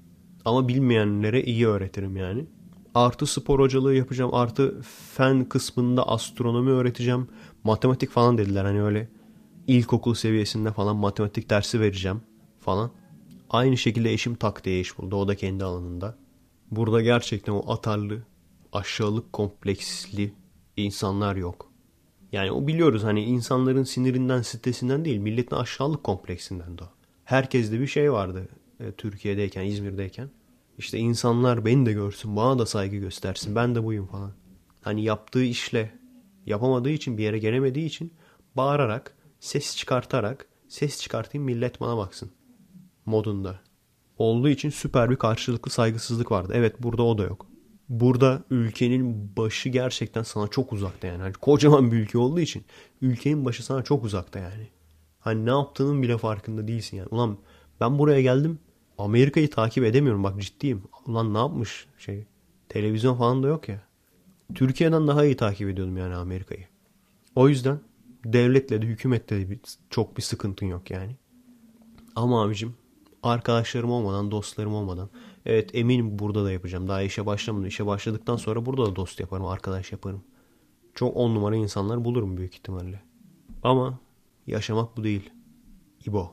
Ama bilmeyenlere iyi öğretirim yani. Artı spor hocalığı yapacağım. Artı fen kısmında astronomi öğreteceğim. Matematik falan dediler. Hani öyle ilkokul seviyesinde falan matematik dersi vereceğim falan. Aynı şekilde eşim tak diye iş buldu. O da kendi alanında. Burada gerçekten o atarlı, aşağılık kompleksli insanlar yok. Yani o biliyoruz hani insanların sinirinden, stresinden değil, milletin aşağılık kompleksinden de o. Herkeste bir şey vardı e, Türkiye'deyken, İzmir'deyken. İşte insanlar beni de görsün, bana da saygı göstersin, ben de buyum falan. Hani yaptığı işle yapamadığı için, bir yere gelemediği için bağırarak, ses çıkartarak, ses çıkartayım millet bana baksın modunda. Olduğu için süper bir karşılıklı saygısızlık vardı. Evet, burada o da yok. Burada ülkenin başı gerçekten sana çok uzakta yani. Hani kocaman bir ülke olduğu için ülkenin başı sana çok uzakta yani. Hani ne yaptığının bile farkında değilsin yani. Ulan ben buraya geldim, Amerika'yı takip edemiyorum, bak ciddiyim. Ulan ne yapmış şey, televizyon falan da yok ya. Türkiye'den daha iyi takip ediyordum yani Amerika'yı. O yüzden devletle de hükümetle de bir, çok bir sıkıntın yok yani. Ama abicim, arkadaşlarım olmadan, dostlarım olmadan, evet eminim burada da yapacağım. Daha işe başlamadım. İşe başladıktan sonra burada da dost yaparım, arkadaş yaparım. Çok on numara insanlar bulurum büyük ihtimalle. Ama yaşamak bu değil. İbo.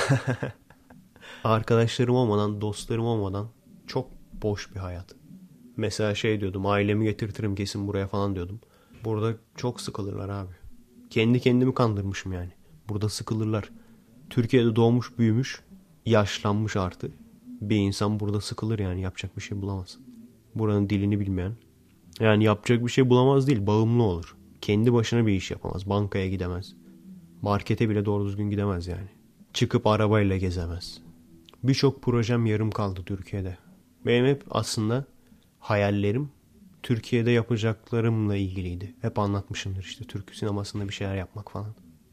Arkadaşlarım olmadan, dostlarım olmadan çok boş bir hayat. Mesela şey diyordum, ailemi getirtirim kesin buraya falan diyordum. Burada çok sıkılırlar abi. Kendi kendimi kandırmışım yani. Burada sıkılırlar. Türkiye'de doğmuş, büyümüş, yaşlanmış artı bir insan burada sıkılır yani, yapacak bir şey bulamaz. Buranın dilini bilmeyen, yani yapacak bir şey bulamaz değil, bağımlı olur. Kendi başına bir iş yapamaz, bankaya gidemez. Markete bile doğru düzgün gidemez yani. Çıkıp arabayla gezemez. Birçok projem yarım kaldı Türkiye'de. Benim hep aslında hayallerim Türkiye'de yapacaklarımla ilgiliydi. Hep anlatmışımdır işte, Türk sinemasında bir şeyler yapmak falan.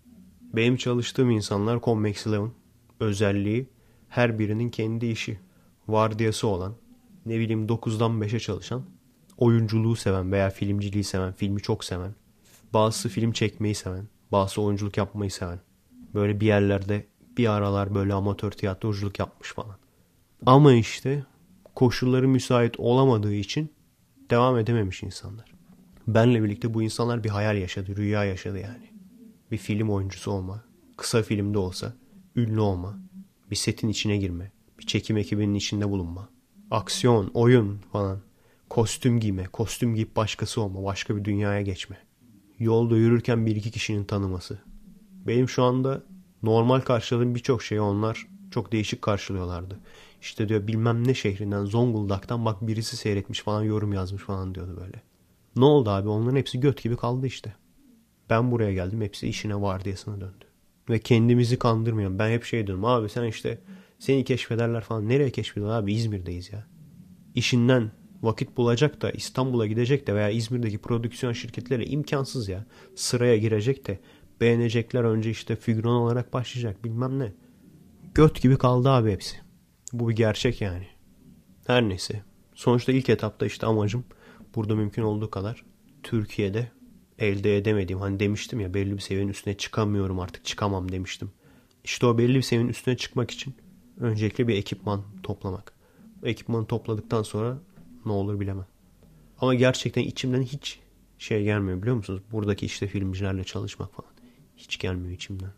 Benim çalıştığım insanlar Convex Eleven. Özelliği her birinin kendi işi. Vardiyası olan, ne bileyim dokuzdan beşe çalışan, oyunculuğu seven veya filmciliği seven, filmi çok seven, bazısı film çekmeyi seven, bazısı oyunculuk yapmayı seven. Böyle bir yerlerde bir aralar böyle amatör tiyatroculuk yapmış falan. Ama işte koşulları müsait olamadığı için devam edememiş insanlar. Benle birlikte bu insanlar bir hayal yaşadı, rüya yaşadı yani. Bir film oyuncusu olma, kısa filmde olsa ünlü olma, bir setin içine girme, bir çekim ekibinin içinde bulunma, aksiyon, oyun falan, kostüm giyme, kostüm giyip başkası olma, başka bir dünyaya geçme. Yolda yürürken bir iki kişinin tanıması. Benim şu anda normal karşıladığım birçok şeyi onlar çok değişik karşılıyorlardı. İşte diyor bilmem ne şehrinden, Zonguldak'tan bak birisi seyretmiş falan, yorum yazmış falan diyordu böyle. Ne oldu abi? Onların hepsi göt gibi kaldı işte. Ben buraya geldim, hepsi işine vardiyasına döndü. Ve kendimizi kandırmayalım. Ben hep şey diyorum, abi sen işte seni keşfederler falan. Nereye keşfediyorlar abi? İzmir'deyiz ya. İşinden vakit bulacak da İstanbul'a gidecek de veya İzmir'deki prodüksiyon şirketleri imkansız ya. Sıraya girecek de beğenecekler, önce işte figüran olarak başlayacak bilmem ne. Göt gibi kaldı abi hepsi. Bu bir gerçek yani. Her neyse. Sonuçta ilk etapta işte amacım burada mümkün olduğu kadar Türkiye'de elde edemediğim, hani demiştim ya, belli bir seviyenin üstüne çıkamıyorum artık, çıkamam demiştim. İşte o belli bir seviyenin üstüne çıkmak için öncelikle bir ekipman toplamak. O ekipmanı topladıktan sonra ne olur bilemem. Ama gerçekten içimden hiç şey gelmiyor biliyor musunuz? Buradaki işte filmcilerle çalışmak falan. Hiç gelmiyor içimden.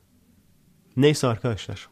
Neyse arkadaşlar.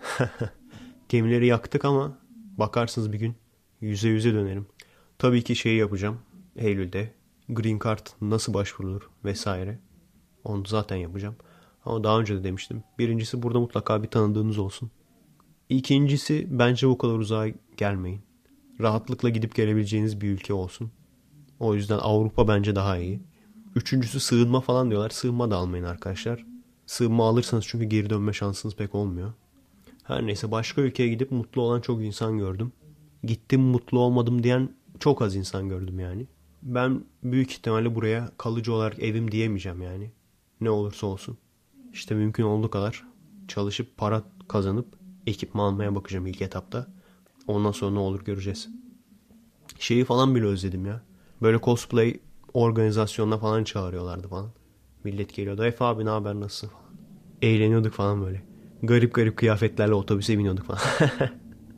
Gemileri yaktık ama bakarsınız bir gün yüze yüze dönerim. Tabii ki şeyi yapacağım. Eylül'de Green Card nasıl başvurulur vesaire. Onu zaten yapacağım. Ama daha önce de demiştim. Birincisi, burada mutlaka bir tanıdığınız olsun. İkincisi, bence bu kadar uzağa gelmeyin. Rahatlıkla gidip gelebileceğiniz bir ülke olsun. O yüzden Avrupa bence daha iyi. Üçüncüsü, sığınma falan diyorlar. Sığınma da almayın arkadaşlar. Sığınma alırsanız çünkü geri dönme şansınız pek olmuyor. Her neyse, başka ülkeye gidip mutlu olan çok insan gördüm. Gittim mutlu olmadım diyen çok az insan gördüm yani. Ben büyük ihtimalle buraya kalıcı olarak evim diyemeyeceğim yani. Ne olursa olsun. İşte mümkün olduğu kadar çalışıp para kazanıp ekipman almaya bakacağım ilk etapta. Ondan sonra ne olur göreceğiz. Şeyi falan bile özledim ya. Böyle cosplay organizasyonuna falan çağırıyorlardı falan. Millet geliyordu. Efe abi ne haber, nasılsın falan. Eğleniyorduk falan böyle. Garip garip kıyafetlerle otobüse biniyorduk falan.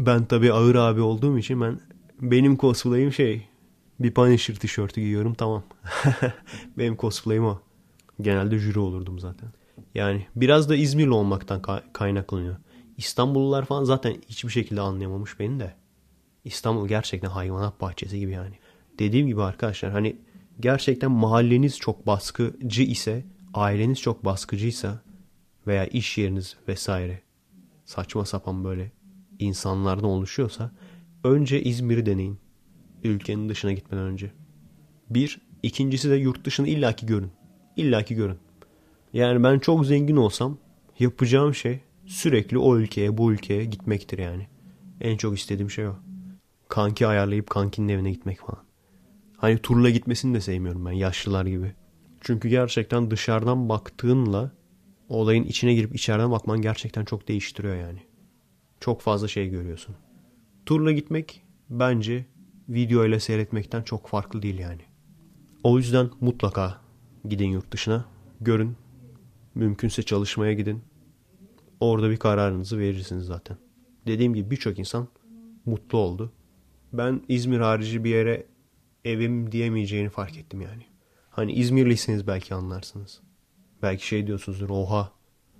Ben tabii ağır abi olduğum için ben benim cosplay'im şey bir Punisher tişörtü giyiyorum tamam. Benim cosplay'im o. Genelde jüri olurdum zaten. Yani biraz da İzmirli olmaktan kaynaklanıyor. İstanbullular falan zaten hiçbir şekilde anlayamamış beni de. İstanbul gerçekten hayvanat bahçesi gibi yani. Dediğim gibi arkadaşlar hani gerçekten mahalleniz çok baskıcı ise, aileniz çok baskıcıysa veya iş yeriniz vesaire saçma sapan böyle insanlardan oluşuyorsa önce İzmir'i deneyin. Ülkenin dışına gitmeden önce. Bir. ikincisi de yurt dışını illaki görün. İllaki görün. Yani ben çok zengin olsam yapacağım şey sürekli o ülkeye bu ülkeye gitmektir yani. En çok istediğim şey o. Kanki ayarlayıp kankinin evine gitmek falan. Hani turla gitmesini de sevmiyorum ben yaşlılar gibi. Çünkü gerçekten dışarıdan baktığınla olayın içine girip içeriden bakman gerçekten çok değiştiriyor yani. Çok fazla şey görüyorsun. Turla gitmek bence video ile seyretmekten çok farklı değil yani. O yüzden mutlaka gidin yurt dışına. Görün. Mümkünse çalışmaya gidin. Orada bir kararınızı verirsiniz zaten. Dediğim gibi birçok insan mutlu oldu. Ben İzmir harici bir yere evim diyemeyeceğini fark ettim yani. Hani İzmirliyseniz belki anlarsınız. Belki şey diyorsunuzdur. Oha.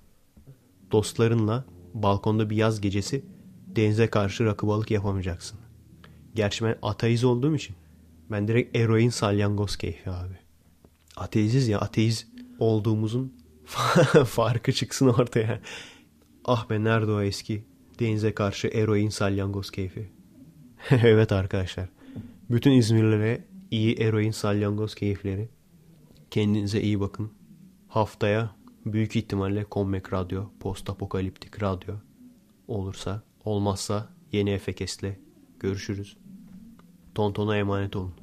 Dostlarınla balkonda bir yaz gecesi denize karşı rakı balık yapamayacaksın. Gerçi ben ateiz olduğum için ben direkt eroin salyangoz keyfi abi. Ateiziz ya ateiz olduğumuzun farkı çıksın ortaya. Ah be nerede o eski denize karşı eroin salyangoz keyfi. Evet arkadaşlar. Bütün İzmirlilere iyi eroin salyangoz keyifleri. Kendinize iyi bakın. Haftaya büyük ihtimalle Kommek Radyo, Post Apokaliptik Radyo olursa, olmazsa yeni Efekes'le görüşürüz. Tonton'a emanet olun.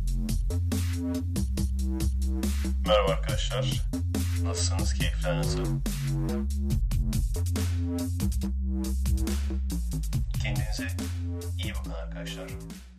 Merhaba arkadaşlar. Nasılsınız? Keyifler nasıl? Kendinize iyi bakın arkadaşlar.